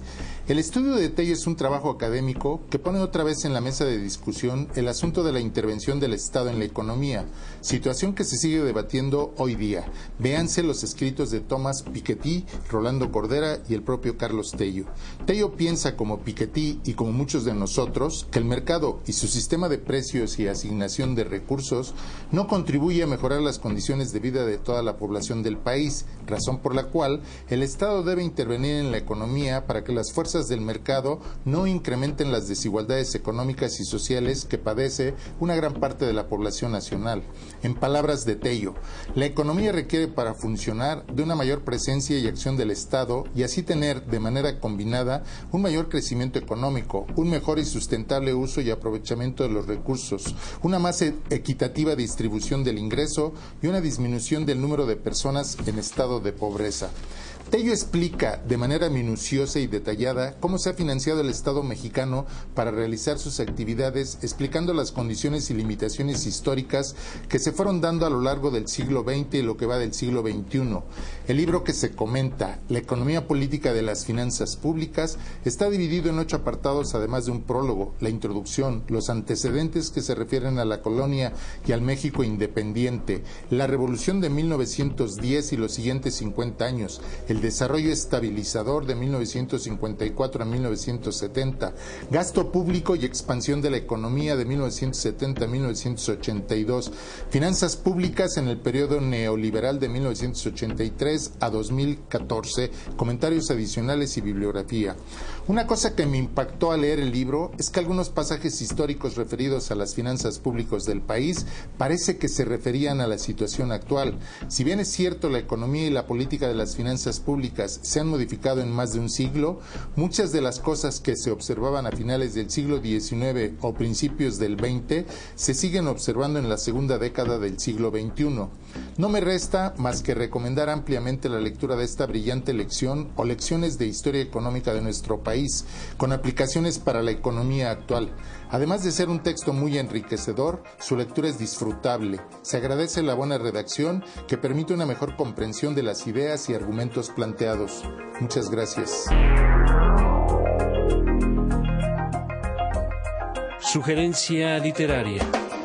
S13: El estudio de Tello es un trabajo académico que pone otra vez en la mesa de discusión el asunto de la intervención del Estado en la economía, situación que se sigue debatiendo hoy día. Véanse los escritos de Thomas Piketty, Rolando Cordera y el propio Carlos Tello. Tello piensa, como Piketty y como muchos de nosotros, que el mercado y su sistema de precios y asignación de recursos no contribuye a mejorar las condiciones de vida de toda la población del país, razón por la cual el Estado debe intervenir en la economía para que las fuerzas del mercado no incrementen las desigualdades económicas y sociales que padece una gran parte de la población nacional. En palabras de Tello, la economía requiere para funcionar de una mayor presencia y acción del Estado y así tener de manera combinada un mayor crecimiento económico, un mejor y sustentable uso y aprovechamiento de los recursos, una más equitativa distribución del ingreso y una disminución del número de personas en estado de pobreza. Tello explica de manera minuciosa y detallada cómo se ha financiado el Estado mexicano para realizar sus actividades, explicando las condiciones y limitaciones históricas que se fueron dando a lo largo del siglo veinte y lo que va del siglo veintiuno. El libro que se comenta, La economía política de las finanzas públicas, está dividido en ocho apartados, además de un prólogo, la introducción, los antecedentes que se refieren a la colonia y al México independiente, la revolución de mil novecientos diez y los siguientes cincuenta años, el desarrollo estabilizador de mil novecientos cincuenta y cuatro a mil novecientos setenta, gasto público y expansión de la economía de mil novecientos setenta a mil novecientos ochenta y dos, finanzas públicas en el periodo neoliberal de mil novecientos ochenta y tres a dos mil catorce, comentarios adicionales y bibliografía. Una cosa que me impactó al leer el libro es que algunos pasajes históricos referidos a las finanzas públicas del país parece que se referían a la situación actual. Si bien es cierto la economía y la política de las finanzas públicas se han modificado en más de un siglo, muchas de las cosas que se observaban a finales del siglo diecinueve o principios del veinte se siguen observando en la segunda década del siglo veintiuno. No me resta más que recomendar ampliamente la lectura de esta brillante lección o lecciones de historia económica de nuestro país, con aplicaciones para la economía actual. Además de ser un texto muy enriquecedor, su lectura es disfrutable. Se agradece la buena redacción que permite una mejor comprensión de las ideas y argumentos planteados. Muchas gracias.
S4: Sugerencia literaria.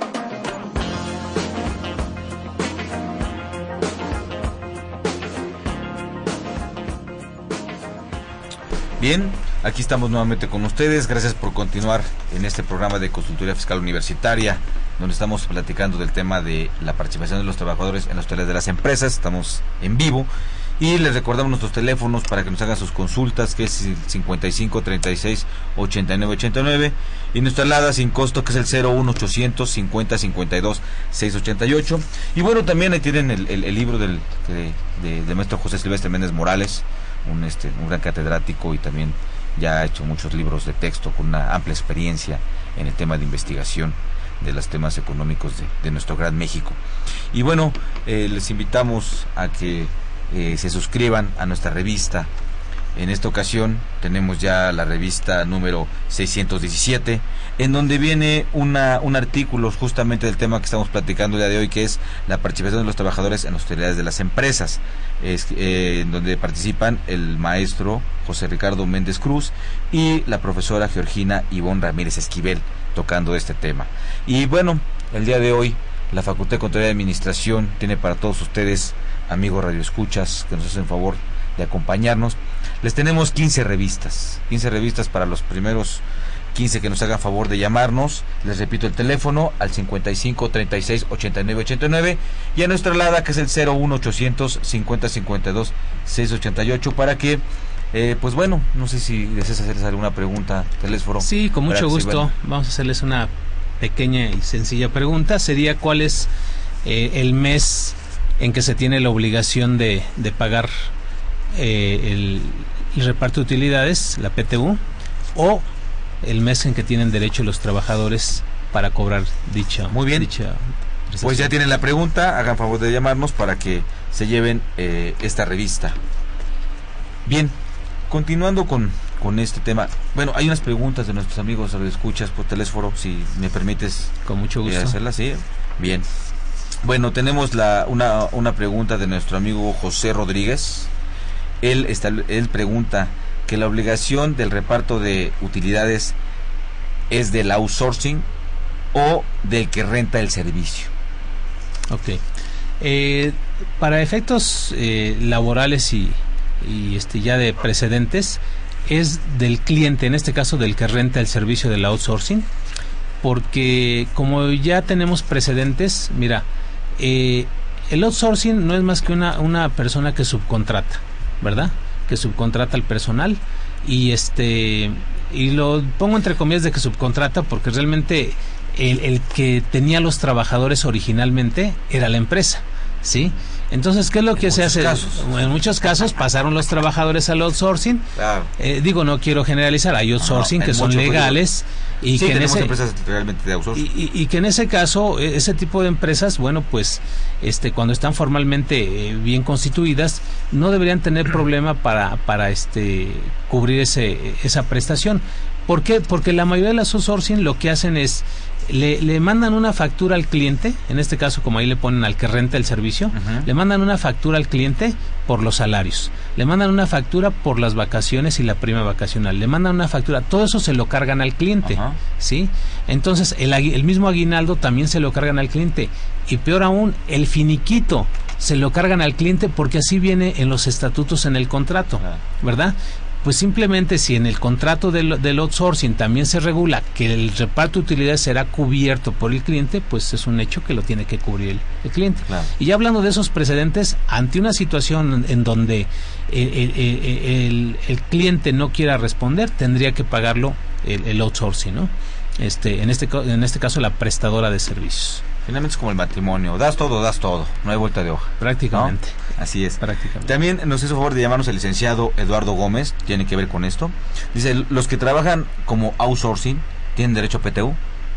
S8: Bien, aquí estamos nuevamente con ustedes. Gracias por continuar en este programa de Consultoría Fiscal Universitaria, donde estamos platicando del tema de la participación de los trabajadores en las utilidades de las empresas. Estamos en vivo y les recordamos nuestros teléfonos para que nos hagan sus consultas, que es el cincuenta y cinco, treinta y seis, ochenta y nueve ochenta y nueve, y nuestra alada sin costo, que es el cero uno ochocientos cincuenta cincuenta y dos seiscientos ochenta y ocho. Y bueno, también ahí tienen el, el, el libro del, de, de, de maestro José Silvestre Méndez Morales, un, este, un gran catedrático y también ya ha hecho muchos libros de texto con una amplia experiencia en el tema de investigación de los temas económicos de, de nuestro gran México. Y bueno, eh, les invitamos a que eh, se suscriban a nuestra revista. En esta ocasión tenemos ya la revista número seiscientos diecisiete, en donde viene una, un artículo justamente del tema que estamos platicando el día de hoy, que es la participación de los trabajadores en las utilidades de las empresas, es, eh, en donde participan el maestro José Ricardo Méndez Cruz y la profesora Georgina Ivonne Ramírez Esquivel, tocando este tema. Y bueno, el día de hoy la Facultad de Contaduría y Administración tiene para todos ustedes, amigos radioescuchas, que nos hacen favor de acompañarnos, les tenemos quince revistas, quince revistas para los primeros quince que nos hagan favor de llamarnos. Les repito el teléfono al cincuenta y cinco, treinta y seis, ochenta y nueve ochenta y nueve, y a nuestra alada, que es el cero uno ochocientos cincuenta cincuenta y dos seiscientos ochenta y ocho, para que eh, pues bueno, no sé si deseas hacerles alguna pregunta, Telésforo.
S9: Sí, con mucho gusto. Vamos a hacerles una pequeña y sencilla pregunta. Sería: ¿cuál es eh, el mes en que se tiene la obligación de, de pagar eh, el, el reparto de utilidades, la P T U, o el mes en que tienen derecho los trabajadores para cobrar dicha?
S8: Muy bien,
S9: dicha
S8: pues ya tienen la pregunta, hagan favor de llamarnos para que se lleven eh, esta revista. Bien, continuando con, con este tema, bueno, hay unas preguntas de nuestros amigos que escuchas por Telésforo, si me permites.
S9: Con mucho gusto.
S8: Hacerlas, sí. Bien. Bueno, tenemos la, una, una pregunta de nuestro amigo José Rodríguez. Él, está, él pregunta: que la obligación del reparto de utilidades es del outsourcing o del que renta el servicio.
S9: Ok. Eh, para efectos eh, laborales y, y este ya de precedentes, es del cliente, en este caso del que renta el servicio del outsourcing, porque como ya tenemos precedentes, mira, eh, el outsourcing no es más que una, una persona que subcontrata, ¿verdad? Que subcontrata al personal y este y lo pongo entre comillas de que subcontrata porque realmente el, el que tenía los trabajadores originalmente era la empresa, ¿sí? Entonces, ¿qué es lo que se hace? Casos. En muchos casos pasaron los trabajadores al outsourcing. Claro. Eh, digo, no quiero generalizar, hay outsourcing no, no, que son legales y
S8: sí,
S9: que en ese
S8: empresas realmente de outsourcing.
S9: Y, y, y que en ese caso, ese tipo de empresas, bueno, pues este cuando están formalmente eh, bien constituidas, no deberían tener problema para para este cubrir ese esa prestación. ¿Por qué? Porque la mayoría de las outsourcing lo que hacen es Le, le mandan una factura al cliente, en este caso como ahí le ponen al que renta el servicio, uh-huh. le mandan una factura al cliente por los salarios, le mandan una factura por las vacaciones y la prima vacacional, le mandan una factura, todo eso se lo cargan al cliente, uh-huh. ¿sí? Entonces el, el mismo aguinaldo también se lo cargan al cliente y peor aún, el finiquito se lo cargan al cliente porque así viene en los estatutos en el contrato, uh-huh. ¿verdad? Pues simplemente si en el contrato del, del outsourcing también se regula que el reparto de utilidades será cubierto por el cliente, pues es un hecho que lo tiene que cubrir el, el cliente. Claro. Y ya hablando de esos precedentes, ante una situación en donde el, el, el, el cliente no quiera responder, tendría que pagarlo el, el outsourcing, ¿no? Este, en este en este caso la prestadora de servicios.
S8: Finalmente es como el matrimonio, das todo, das todo, no hay vuelta de hoja.
S9: Prácticamente.
S8: ¿No? Así es.
S9: Prácticamente.
S8: También nos hizo favor de llamarnos el licenciado Eduardo Gómez, tiene que ver con esto. Dice, los que trabajan como outsourcing, ¿tienen derecho a P T U?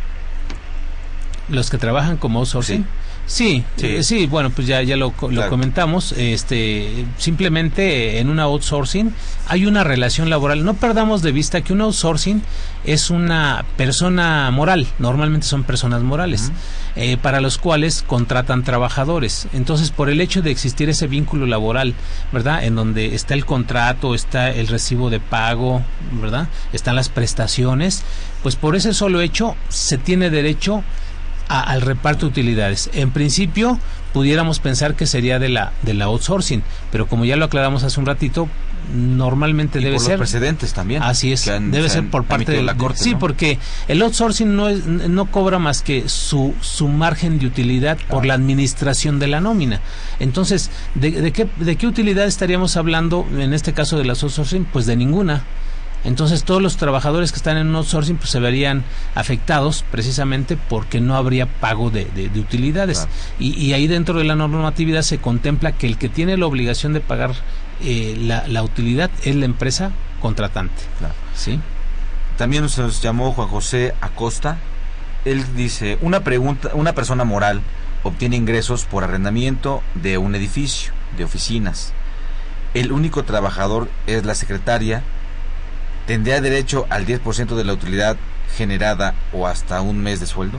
S9: ¿Los que trabajan como outsourcing? Sí, sí, eh, sí, bueno, pues ya ya lo, lo claro. comentamos, este simplemente en una outsourcing hay una relación laboral. No perdamos de vista que un outsourcing es una persona moral, normalmente son personas morales, uh-huh. eh, para los cuales contratan trabajadores. Entonces, por el hecho de existir ese vínculo laboral, ¿verdad? En donde está el contrato, está el recibo de pago, ¿verdad? Están las prestaciones, pues por ese solo hecho se tiene derecho A, al reparto de utilidades. En principio pudiéramos pensar que sería de la de la outsourcing, pero como ya lo aclaramos hace un ratito, normalmente y debe por ser
S8: los precedentes también.
S9: Así es, han, debe ser por parte de la corte. Sí, ¿no? Porque el outsourcing no es, no cobra más que su su margen de utilidad ah. por la administración de la nómina. Entonces, ¿de, de qué de qué utilidad estaríamos hablando en este caso de la outsourcing? Pues de ninguna. Entonces todos los trabajadores que están en un outsourcing pues se verían afectados precisamente porque no habría pago de, de, de utilidades. Claro. Y, y ahí dentro de la normatividad se contempla que el que tiene la obligación de pagar eh, la, la utilidad es la empresa contratante.
S8: Claro.
S9: ¿Sí?
S8: También nos llamó Juan José Acosta. Él dice, una pregunta, una persona moral obtiene ingresos por arrendamiento de un edificio, de oficinas. El único trabajador es la secretaria. ¿Tendría derecho al diez por ciento de la utilidad generada o hasta un mes de sueldo?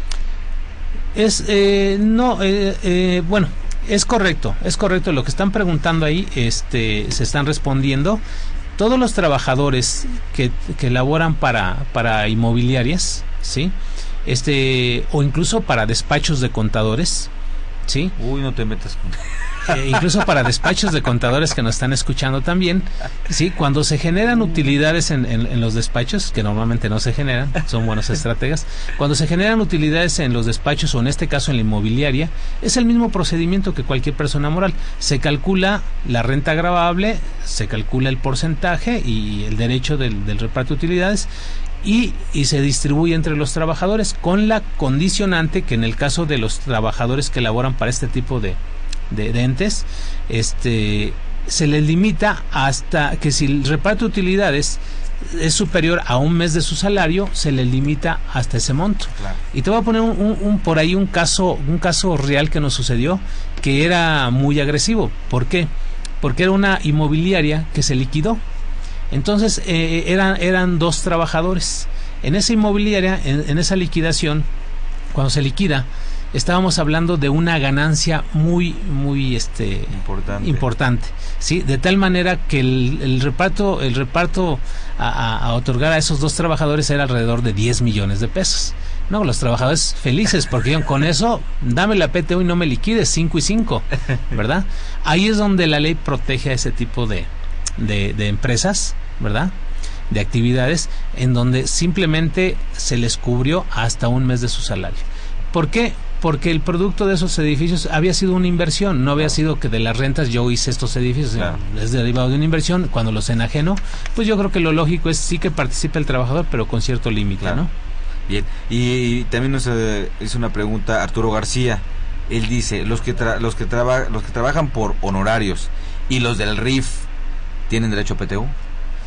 S9: Es, eh, no, eh, eh, bueno, es correcto, es correcto lo que están preguntando ahí, este, se están respondiendo. Todos los trabajadores que, que laboran para, para inmobiliarias, ¿sí? Este, o incluso para despachos de contadores, ¿sí?
S8: Uy, no te metas con...
S9: Eh, incluso para despachos de contadores que nos están escuchando también, sí, cuando se generan utilidades en, en, en los despachos, que normalmente no se generan, son buenos estrategas, cuando se generan utilidades en los despachos o en este caso en la inmobiliaria, es el mismo procedimiento que cualquier persona moral. Se calcula la renta gravable, se calcula el porcentaje y el derecho del, del reparto de utilidades y, y se distribuye entre los trabajadores con la condicionante que en el caso de los trabajadores que laboran para este tipo de De, de entes, este, se les limita hasta que si el reparto de utilidades es superior a un mes de su salario, se les limita hasta ese monto. Claro. Y te voy a poner un, un, un, por ahí un caso, un caso real que nos sucedió, que era muy agresivo. ¿Por qué? Porque era una inmobiliaria que se liquidó. Entonces eh, eran, eran dos trabajadores. En esa inmobiliaria, en, en esa liquidación, cuando se liquida, estábamos hablando de una ganancia muy muy este
S8: importante.
S9: importante. ¿sí? De tal manera que el, el reparto, el reparto a, a, a otorgar a esos dos trabajadores era alrededor de diez millones de pesos. No, los trabajadores felices porque dijeron, con eso dame la P T U y no me liquides, cinco y cinco, ¿verdad? Ahí es donde la ley protege a ese tipo de, de, de empresas, ¿verdad? De actividades en donde simplemente se les cubrió hasta un mes de su salario. ¿Por qué? Porque el producto de esos edificios había sido una inversión, no había sido que de las rentas yo hice estos edificios, claro. Es derivado de una inversión. Cuando los enajeno, pues yo creo que lo lógico es sí que participe el trabajador, pero con cierto límite, claro. ¿no?
S8: Bien, y, y también nos eh, hizo una pregunta Arturo García. Él dice, los que tra- los que traba- los que trabajan por honorarios y los del R I F ¿tienen derecho a P T U?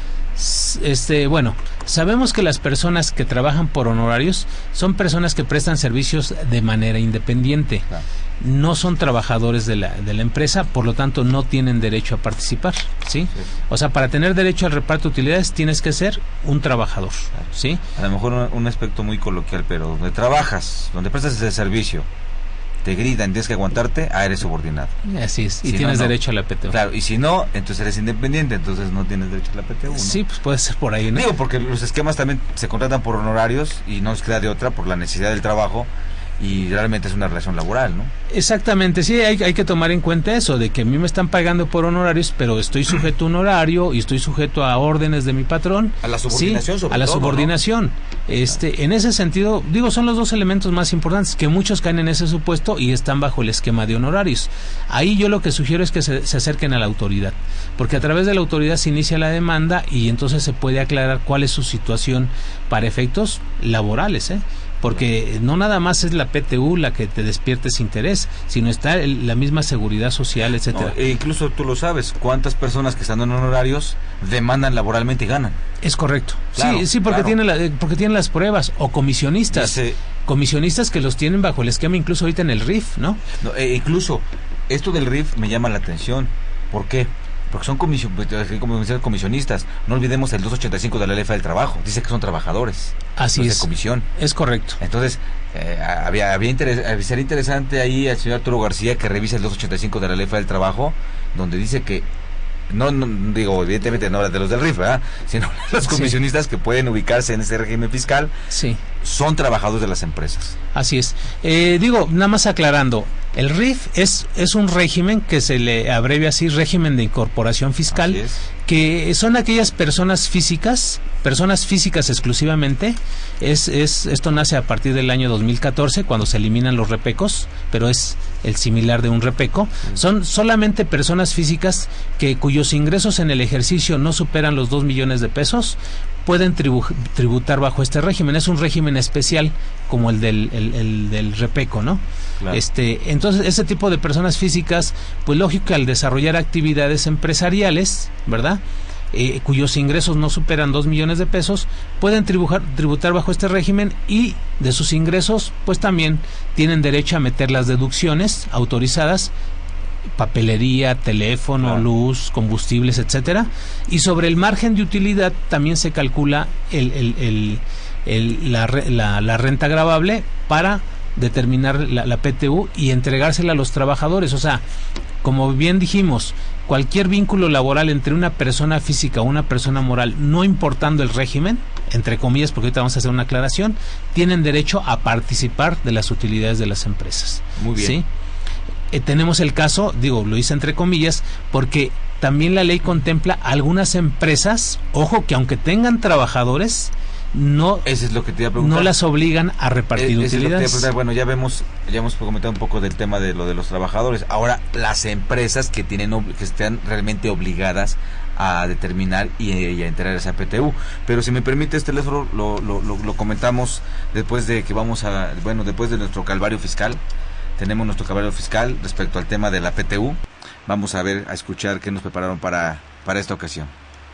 S9: Este, bueno, sabemos que las personas que trabajan por honorarios son personas que prestan servicios de manera independiente. Claro. No son trabajadores de la, de la empresa, por lo tanto no tienen derecho a participar, ¿sí? Sí. O sea, para tener derecho al reparto de utilidades tienes que ser un trabajador, claro. ¿Sí?
S8: A lo mejor un, un aspecto muy coloquial, pero donde trabajas, donde prestas ese servicio, te gritan, tienes que aguantarte, ah, eres subordinado.
S9: Así es, y
S8: si
S9: tienes
S8: no, no.
S9: derecho a la P T U.
S8: Claro, y si no, entonces eres independiente, entonces no tienes derecho a la P T U, ¿no?
S9: Sí, pues puede ser por ahí, ¿no?
S8: Digo, porque los esquemas también se contratan por honorarios y no les queda de otra por la necesidad del trabajo. Y realmente es una relación laboral, ¿no?
S9: Exactamente, sí, hay, hay que tomar en cuenta eso, de que a mí me están pagando por honorarios, pero estoy sujeto a un horario y estoy sujeto a órdenes de mi patrón.
S8: A la subordinación,
S9: sí,
S8: sobre
S9: a la
S8: todo,
S9: subordinación. ¿No? Este, ah. En ese sentido, digo, son los dos elementos más importantes, que muchos caen en ese supuesto y están bajo el esquema de honorarios. Ahí yo lo que sugiero es que se, se acerquen a la autoridad, porque a través de la autoridad se inicia la demanda y entonces se puede aclarar cuál es su situación para efectos laborales, ¿eh? Porque no nada más es la P T U la que te despierte ese interés, sino está el, la misma seguridad social, etcétera.
S8: No, e incluso tú lo sabes, cuántas personas que están en honorarios demandan laboralmente y ganan.
S9: Es correcto.
S8: Claro,
S9: sí, sí, porque
S8: claro.
S9: tienen la, porque tienen las pruebas o comisionistas,
S8: Dice,
S9: comisionistas que los tienen bajo el esquema incluso ahorita en el R I F, ¿no?
S8: no e incluso esto del R I F me llama la atención. ¿Por qué? Porque son comision, como comisionistas. No olvidemos el doscientos ochenta y cinco de la Ley Federal del Trabajo. Dice que son trabajadores.
S9: Así
S8: no
S9: es.
S8: De comisión.
S9: Es correcto.
S8: Entonces, eh, había, había interes, sería interesante ahí al señor Arturo García que revise el doscientos ochenta y cinco de la Ley Federal del Trabajo, donde dice que, no, no digo, evidentemente no de los del R I F, ¿verdad? Sino los comisionistas sí. que pueden ubicarse en ese régimen fiscal,
S9: sí.
S8: son trabajadores de las empresas.
S9: Así es. Eh, digo, nada más aclarando, el R I F es, es un régimen que se le abrevia así, régimen de incorporación fiscal, que son aquellas personas físicas, personas físicas exclusivamente. Es, es, esto nace a partir del año dos mil catorce, cuando se eliminan los repecos, pero es el similar de un repeco. Sí. Son solamente personas físicas que cuyos ingresos en el ejercicio no superan los dos millones de pesos, pueden tribu tributar bajo este régimen. Es un régimen especial como el del, el, el del repeco, ¿no? Claro. Este, entonces, ese tipo de personas físicas, pues lógico que al desarrollar actividades empresariales, ¿verdad? Eh, cuyos ingresos no superan dos millones de pesos, pueden tributar, tributar bajo este régimen y de sus ingresos, pues también tienen derecho a meter las deducciones autorizadas, papelería, teléfono, claro. luz, combustibles, etcétera, y sobre el margen de utilidad también se calcula el, el, el, el, la, la, la renta gravable para determinar la, la P T U y entregársela a los trabajadores. O sea, como bien dijimos, cualquier vínculo laboral entre una persona física o una persona moral, no importando el régimen, entre comillas, porque ahorita vamos a hacer una aclaración, tienen derecho a participar de las utilidades de las empresas.
S8: Muy bien.
S9: ¿Sí? Eh, tenemos el caso, digo, lo hice entre comillas, porque también la ley contempla algunas empresas, ojo, que aunque tengan trabajadores, no,
S8: Eso es lo que te iba a preguntar.
S9: no las obligan a repartir
S8: es,
S9: utilidades.
S8: Es lo que bueno, ya vemos, ya hemos comentado un poco del tema de lo de los trabajadores. Ahora, las empresas que tienen que están realmente obligadas a determinar y, y a entregar esa P T U. Pero si me permite, este teléfono lo, lo, lo, lo comentamos después de que vamos a, bueno, después de nuestro calvario fiscal. Tenemos nuestro calvario fiscal respecto al tema de la P T U. Vamos a ver, a escuchar qué nos prepararon para, para esta ocasión.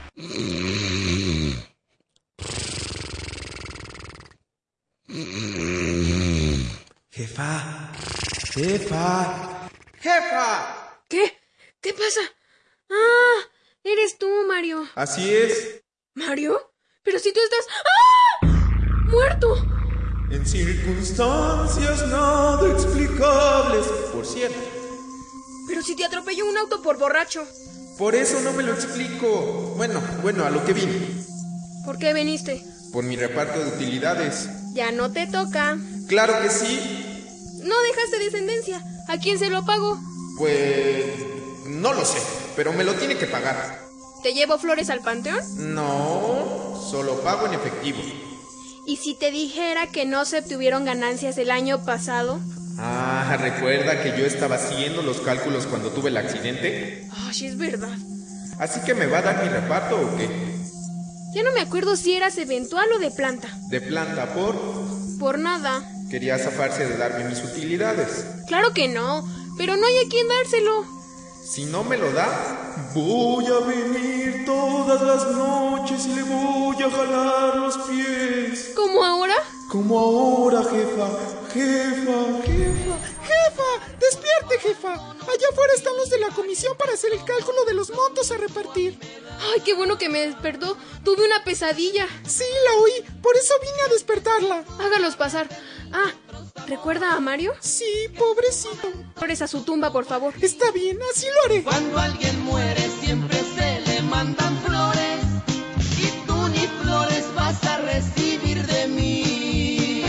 S14: Jefa, jefa, jefa.
S12: ¿Qué? ¿Qué pasa? Ah, eres tú, Mario.
S11: Así es.
S12: ¿Mario? Pero si tú estás... ¡Ah! ¡Muerto!
S11: En circunstancias nada explicables, por cierto.
S12: Pero si te atropelló un auto por borracho.
S11: Por eso no me lo explico. Bueno, bueno, a lo que vine.
S12: ¿Por qué viniste?
S11: Por mi reparto de utilidades.
S12: Ya no te toca.
S11: Claro que sí.
S12: No dejaste descendencia. ¿A quién se lo pago?
S11: Pues... no lo sé, pero me lo tiene que pagar.
S12: ¿Te llevo flores al panteón?
S11: No, solo pago en efectivo.
S12: ¿Y si te dijera que no se obtuvieron ganancias el año pasado?
S11: Ah, ¿recuerda que yo estaba haciendo los cálculos cuando tuve el accidente?
S12: Ay, es verdad.
S11: ¿Así que me va a dar mi reparto o qué?
S12: Ya no me acuerdo si eras eventual o de planta.
S11: ¿De planta por?
S12: Por nada.
S11: Quería zafarse de darme mis utilidades.
S12: Claro que no, pero no hay a quien dárselo.
S11: Si no me lo da, voy a venir todas las noches y le voy a jalar los pies.
S12: ¿Cómo ahora?
S11: Como ahora, jefa, jefa, jefa.
S15: ¡Jefa! ¡Despierte, jefa! Allá afuera están los de la comisión para hacer el cálculo de los montos a repartir.
S12: Ay, qué bueno que me despertó. Tuve una pesadilla.
S15: Sí, la oí. Por eso vine a despertarla.
S12: Hágalos pasar. Ah, ¿recuerda a Mario?
S15: Sí, pobrecito.
S12: Flores a su tumba, por favor.
S15: Está bien, así lo haré.
S16: Cuando alguien muere siempre se le mandan flores, y tú ni flores vas a recibir de mí.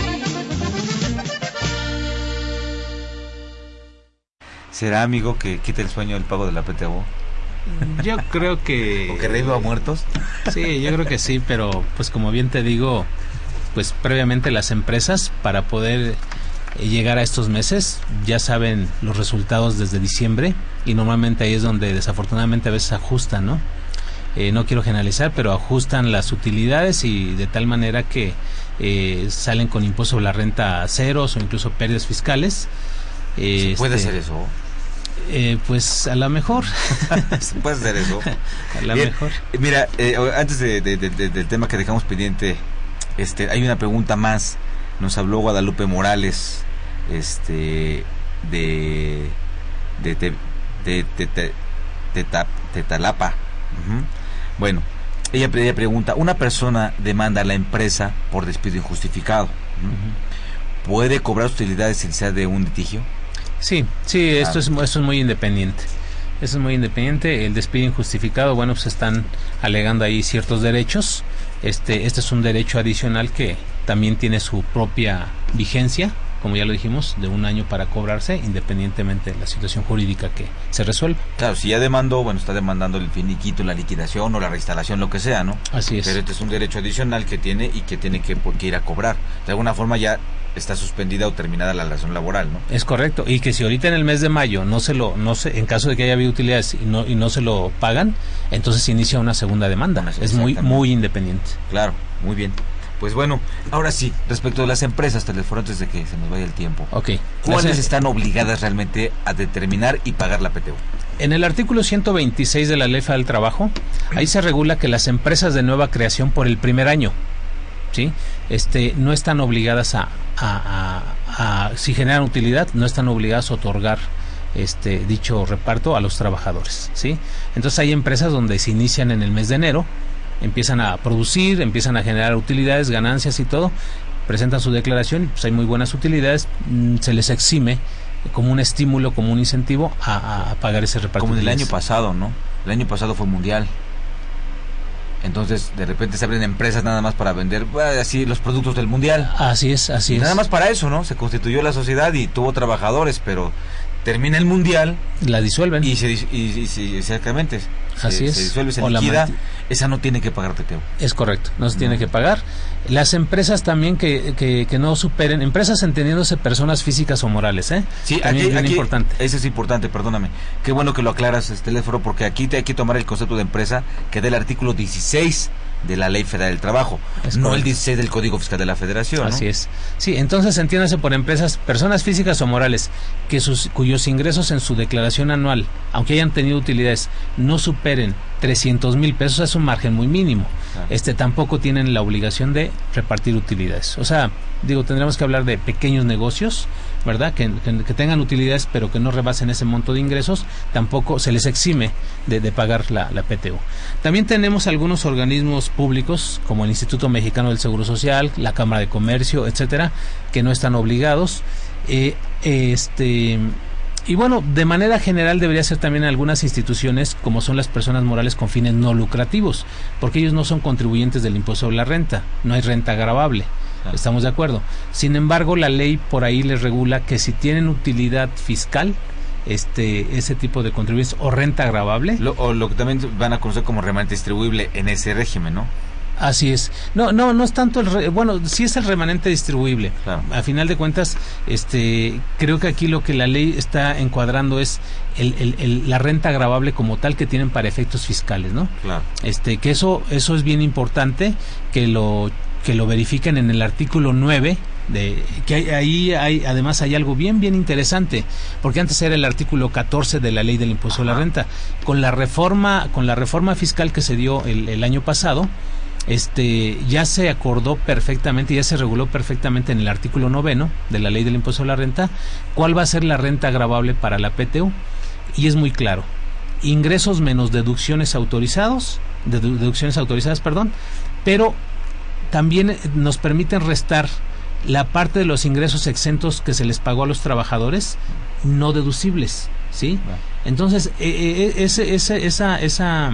S8: ¿Será, amigo, que quite el sueño el pago de la P T U?
S9: Yo creo que...
S8: ¿O que reviva muertos?
S9: Sí, yo creo que sí, pero pues como bien te digo, pues previamente las empresas para poder eh, llegar a estos meses ya saben los resultados desde diciembre y normalmente ahí es donde desafortunadamente a veces ajustan, ¿no? Eh, no quiero generalizar, pero ajustan las utilidades y de tal manera que eh, salen con impuesto sobre la renta ceros o incluso pérdidas fiscales.
S8: Eh, ¿Se puede
S9: este,
S8: hacer eso?
S9: Eh, pues a lo mejor
S8: se puede hacer eso
S9: a lo
S8: Bien,
S9: mejor
S8: mira, eh, antes de, de, de, de, del tema que dejamos pendiente, este, hay una pregunta más. Nos habló Guadalupe Morales, este, de de de, de, de, de, de, de, de Talapa. Uh-huh. Bueno, ella, ella pregunta: una persona demanda a la empresa por despido injustificado, ¿no? Uh-huh. ¿Puede cobrar utilidades sin ser de un litigio?
S9: Sí, sí, esto es, esto es muy independiente. Eso es muy independiente. El despido injustificado, bueno, pues están alegando ahí ciertos derechos. Este, este es un derecho adicional que también tiene su propia vigencia, como ya lo dijimos, de un año para cobrarse, independientemente de la situación jurídica que se resuelva.
S8: Claro, si ya demandó, bueno, está demandando el finiquito, la liquidación o la reinstalación, lo que sea, ¿no?
S9: Así es.
S8: Pero este es un derecho adicional que tiene y que tiene que, que ir a cobrar. De alguna forma ya está suspendida o terminada la relación laboral, ¿no?
S9: Es correcto, y que si ahorita en el mes de mayo no se lo, no se, en caso de que haya habido utilidades y no y no se lo pagan, entonces se inicia una segunda demanda. Una, es muy muy independiente.
S8: Claro, muy bien. Pues bueno, ahora sí, respecto de las empresas, Telesforo, antes de que se nos vaya el tiempo.
S9: Okay.
S8: ¿Cuáles
S9: las,
S8: están obligadas realmente a determinar y pagar la P T U?
S9: En el artículo ciento veintiséis de la Ley Federal del Trabajo, ahí se regula que las empresas de nueva creación por el primer año, ¿sí? Este, no están obligadas a, a, a, a, si generan utilidad, no están obligadas a otorgar este dicho reparto a los trabajadores, ¿sí? Entonces hay empresas donde se inician en el mes de enero, empiezan a producir, empiezan a generar utilidades, ganancias y todo, presentan su declaración, pues hay muy buenas utilidades, se les exime como un estímulo, como un incentivo a, a pagar ese reparto.
S8: Como en el año pasado, ¿no? El año pasado fue mundial. Entonces, de repente se abren empresas nada más para vender bueno, así los productos del mundial.
S9: Así es, así es.
S8: Nada más para eso, ¿no? Se constituyó la sociedad y tuvo trabajadores, pero termina el mundial,
S9: la disuelven
S8: y se y, y, y exactamente
S9: así
S8: se,
S9: es
S8: se disuelve, se
S9: o
S8: liquida,
S9: la
S8: esa no tiene que pagar P T U.
S9: Es correcto, no se
S8: no.
S9: tiene que pagar. Las empresas también que, que, que no superen, empresas entendiéndose personas físicas o morales, ¿eh?
S8: Sí,
S9: también
S8: aquí,
S9: es
S8: aquí
S9: importante.
S8: Eso es importante, perdóname. Qué bueno que lo aclaras, Telesforo, porque aquí te hay que tomar el concepto de empresa que da el artículo dieciséis de la Ley Federal del Trabajo, es no correcto. El dieciséis del Código Fiscal de la Federación, ¿no?
S9: Así es. Sí, entonces entiéndase por empresas, personas físicas o morales, que sus cuyos ingresos en su declaración anual, aunque hayan tenido utilidades, no superen trescientos mil pesos, es un margen muy mínimo. Claro. Este tampoco tienen la obligación de repartir utilidades. O sea, digo, tendremos que hablar de pequeños negocios, ¿verdad? Que, que, que tengan utilidades, pero que no rebasen ese monto de ingresos, tampoco se les exime de, de pagar la, la P T U. También tenemos algunos organismos públicos, como el Instituto Mexicano del Seguro Social, la Cámara de Comercio, etcétera, que no están obligados. Eh, este Y bueno, de manera general debería ser también en algunas instituciones como son las personas morales con fines no lucrativos, porque ellos no son contribuyentes del impuesto sobre la renta, no hay renta gravable, claro. Estamos de acuerdo. Sin embargo, la ley por ahí les regula que si tienen utilidad fiscal, este ese tipo de contribuyentes o renta gravable.
S8: Lo, o lo que también van a conocer como remanente distribuible en ese régimen, ¿no?
S9: Así es. No, no, no es tanto el re, bueno, sí es el remanente distribuible.
S8: Claro.
S9: A final de cuentas, este, creo que aquí lo que la ley está encuadrando es el, el, el, la renta gravable como tal que tienen para efectos fiscales, ¿no?
S8: Claro.
S9: Este, que eso, eso es bien importante que lo, que lo verifiquen en el artículo nueve. De, que hay, ahí hay, además hay algo bien bien interesante, porque antes era el artículo catorce de la ley del impuesto a la renta. Con la reforma, con la reforma fiscal que se dio el, el año pasado, este ya se acordó perfectamente, ya se reguló perfectamente en el artículo noveno de la ley del impuesto a la renta cuál va a ser la renta gravable para la P T U, y es muy claro: ingresos menos deducciones autorizados, dedu, deducciones autorizadas, perdón, pero también nos permiten restar la parte de los ingresos exentos que se les pagó a los trabajadores no deducibles, ¿sí? Bueno. Entonces, eh, eh, ese, ese, esa, esa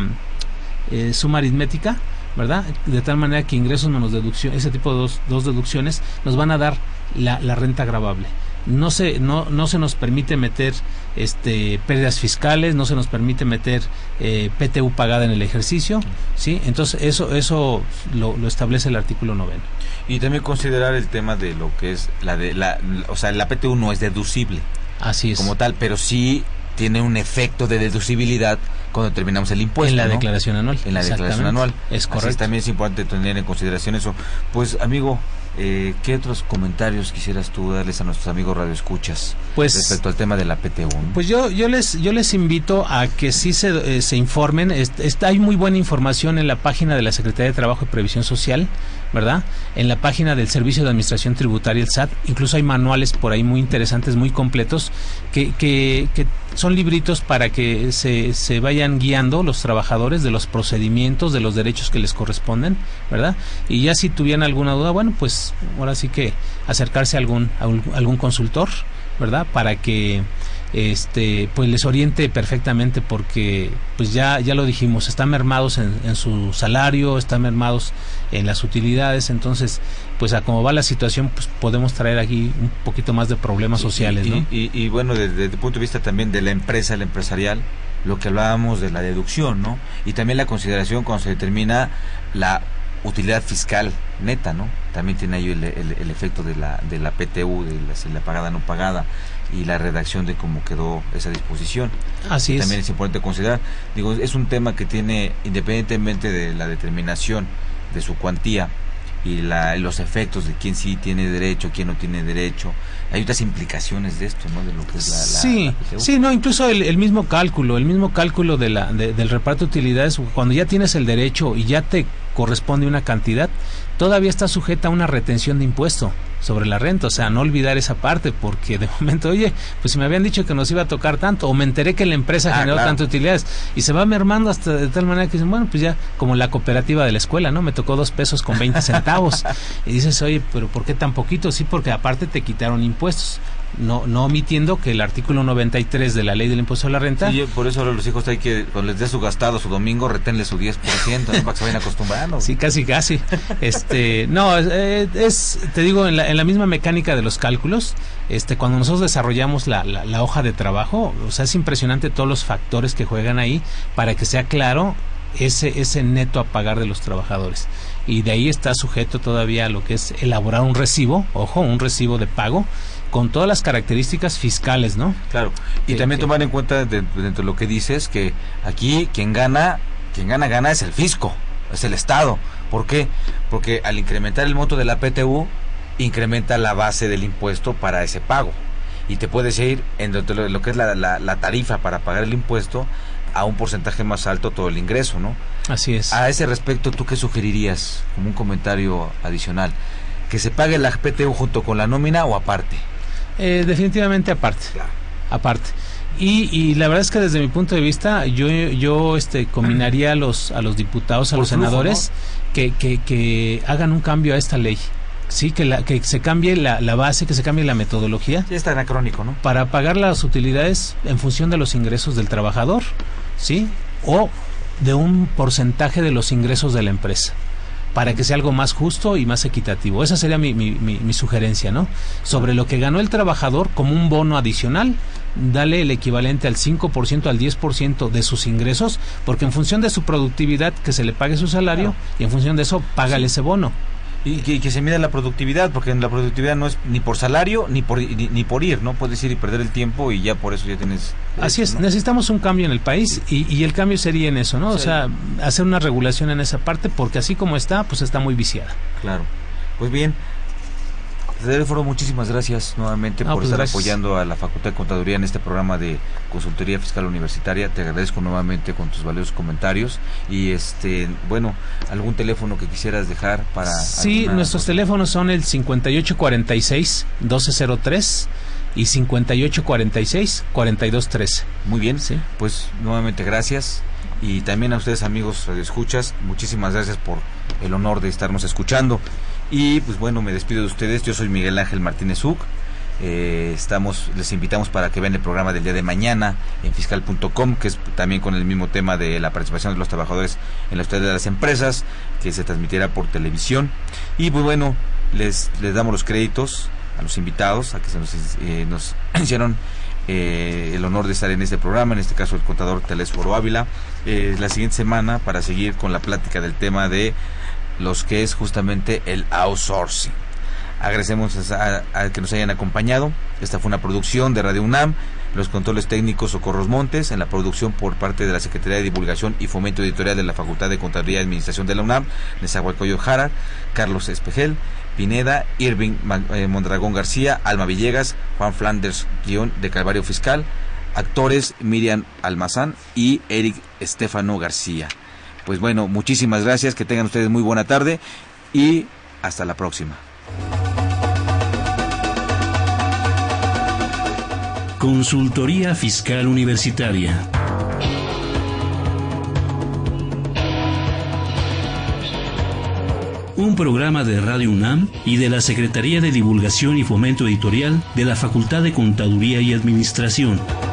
S9: eh, suma aritmética, ¿verdad? De tal manera que ingresos menos deducción, ese tipo de dos, dos deducciones nos van a dar la, la renta gravable. No se, no, no se nos permite meter este pérdidas fiscales, no se nos permite meter eh, P T U pagada en el ejercicio, ¿sí? Entonces eso, eso lo, lo establece el artículo noveno.
S8: Y también considerar el tema de lo que es la de la, o sea, la P T U no es deducible.
S9: Así es.
S8: Como tal, pero sí tiene un efecto de deducibilidad cuando terminamos el impuesto.
S9: En la
S8: ¿no?
S9: declaración anual.
S8: En la declaración anual.
S9: Es correcto.
S8: Así también es importante tener en consideración eso. Pues, amigo, eh, ¿qué otros comentarios quisieras tú darles a nuestros amigos radioescuchas
S9: pues,
S8: respecto al tema de la P T U? ¿no?
S9: Pues yo yo les yo les invito a que sí se, eh, se informen. Está, hay muy buena información en la página de la Secretaría de Trabajo y Previsión Social, ¿verdad? En la página del Servicio de Administración Tributaria, el S A T, incluso hay manuales por ahí muy interesantes, muy completos, que, que, que son libritos para que se, se vayan guiando los trabajadores de los procedimientos, de los derechos que les corresponden, ¿verdad? Y ya si tuvieran alguna duda, bueno, pues ahora sí que acercarse a algún, a algún consultor, ¿verdad? Para que este pues les oriente perfectamente, porque pues ya ya lo dijimos, están mermados en, en su salario, están mermados en las utilidades. Entonces pues a cómo va la situación, pues podemos traer aquí un poquito más de problemas
S8: sí,
S9: sociales,
S8: y,
S9: ¿no?
S8: Y, y, y bueno, desde, desde el punto de vista también de la empresa, el empresarial, lo que hablábamos de la deducción, ¿no? Y también la consideración cuando se determina la utilidad fiscal neta, ¿no? También tiene ahí el, el, el efecto de la de la P T U, de la, si la pagada no pagada, y la redacción de cómo quedó esa disposición.
S9: Así es.
S8: También es importante considerar. Digo, es un tema que tiene, independientemente de la determinación de su cuantía y la, los efectos de quién sí tiene derecho, quién no tiene derecho, hay otras implicaciones de esto, ¿no? De lo que es la, la
S9: sí,
S8: la P T U.
S9: Sí, no, incluso el, el mismo cálculo, el mismo cálculo de la de, del reparto de utilidades, cuando ya tienes el derecho y ya te corresponde una cantidad, todavía está sujeta a una retención de impuesto sobre la renta. O sea, no olvidar esa parte, porque de momento, oye, pues si me habían dicho que nos iba a tocar tanto, o me enteré que la empresa ah, generó
S8: claro.
S9: tantas utilidades, y se va mermando hasta de tal manera que dicen, bueno, pues ya, como la cooperativa de la escuela, ¿no? Me tocó dos pesos con veinte centavos. Y dices, oye, pero ¿por qué tan poquito? Sí, porque aparte te quitaron impuestos. No, no omitiendo que el artículo noventa y tres de la ley del impuesto a la renta.
S8: Sí, por eso ahora los hijos hay que, cuando les dé su gastado su domingo, retenle su diez por ciento, ¿no? Para que se vayan acostumbrando.
S9: Sí, casi, casi. Este, no, es, es te digo, en la, en la misma mecánica de los cálculos, este, cuando nosotros desarrollamos la, la, la hoja de trabajo, o sea, es impresionante todos los factores que juegan ahí para que sea claro ese, ese neto a pagar de los trabajadores. Y de ahí está sujeto todavía a lo que es elaborar un recibo, ojo, un recibo de pago, con todas las características fiscales, ¿no?
S8: Claro, y que, también que, tomar en cuenta de, dentro de lo que dices, que aquí quien gana, quien gana, gana es el fisco, es el Estado. ¿Por qué? Porque al incrementar el monto de la P T U, incrementa la base del impuesto para ese pago. Y te puedes ir en lo, lo que es la, la, la tarifa para pagar el impuesto a un porcentaje más alto todo el ingreso, ¿no?
S9: Así es.
S8: A ese respecto, ¿tú qué sugerirías como un comentario adicional? ¿Que se pague la P T U junto con la nómina o aparte?
S9: Eh, definitivamente aparte, claro. aparte. Y, y la verdad es que desde mi punto de vista, yo yo este combinaría a los a los diputados, a Por los flujo, senadores, ¿no? que, que, que hagan un cambio a esta ley. Sí, que, la, que se cambie la, la base, que se cambie la metodología.
S8: Sí, está anacrónico, ¿no?
S9: Para pagar las utilidades en función de los ingresos del trabajador, ¿sí? O de un porcentaje de los ingresos de la empresa, para que sea algo más justo y más equitativo. Esa sería mi, mi, mi, mi sugerencia, ¿no? Sobre lo que ganó el trabajador como un bono adicional, dale el equivalente al cinco por ciento, al diez por ciento de sus ingresos, porque en función de su productividad que se le pague su salario, claro. Y en función de eso, págale sí. ese bono.
S8: Y que, que se mida la productividad, porque en la productividad no es ni por salario ni por ni, ni por ir, ¿no? Puedes ir y perder el tiempo y ya por eso ya tienes...
S9: Así
S8: eso,
S9: es,
S8: ¿no?
S9: Necesitamos un cambio en el país y, y el cambio sería en eso, ¿no? Sí. O sea, hacer una regulación en esa parte, porque así como está, pues está muy viciada.
S8: Claro. Pues bien, Foro, muchísimas gracias nuevamente no, por pues estar gracias. apoyando a la Facultad de Contaduría en este programa de Consultoría Fiscal Universitaria. Te agradezco nuevamente con tus valiosos comentarios y este, bueno, algún teléfono que quisieras dejar para...
S9: Sí, nuestros cosa? teléfonos son el cincuenta y ocho cuarenta y seis, doce cero tres y cincuenta y ocho cuarenta y seis, cuarenta y dos trece.
S8: Muy bien, sí. Pues nuevamente gracias y también a ustedes, amigos radioescuchas, muchísimas gracias por el honor de estarnos escuchando. Y pues bueno, me despido de ustedes. Yo soy Miguel Ángel Martínez Uc. Eh, estamos, les invitamos para que vean el programa del día de mañana en fiscal punto com, que es también con el mismo tema de la participación de los trabajadores en la autoridad de las empresas, que se transmitirá por televisión. Y pues bueno, les, les damos los créditos a los invitados, a que se nos, eh, nos hicieron eh, el honor de estar en este programa, en este caso el contador Telésforo Ávila. Eh, la siguiente semana para seguir con la plática del tema de los que es justamente el outsourcing. Agradecemos a, a que nos hayan acompañado. Esta fue una producción de Radio UNAM. Los controles técnicos Socorros Montes, en la producción por parte de la Secretaría de Divulgación y Fomento Editorial de la Facultad de Contaduría y Administración de la UNAM, Nezahualcóyotl Jara, Carlos Espejel, Pineda, Irving eh, Mondragón García, Alma Villegas, Juan Flanders, guión de Calvario Fiscal, actores Miriam Almazán y Eric Estefano García. Pues bueno, muchísimas gracias, que tengan ustedes muy buena tarde y hasta la próxima.
S4: Consultoría Fiscal Universitaria. Un programa de Radio UNAM y de la Secretaría de Divulgación y Fomento Editorial de la Facultad de Contaduría y Administración.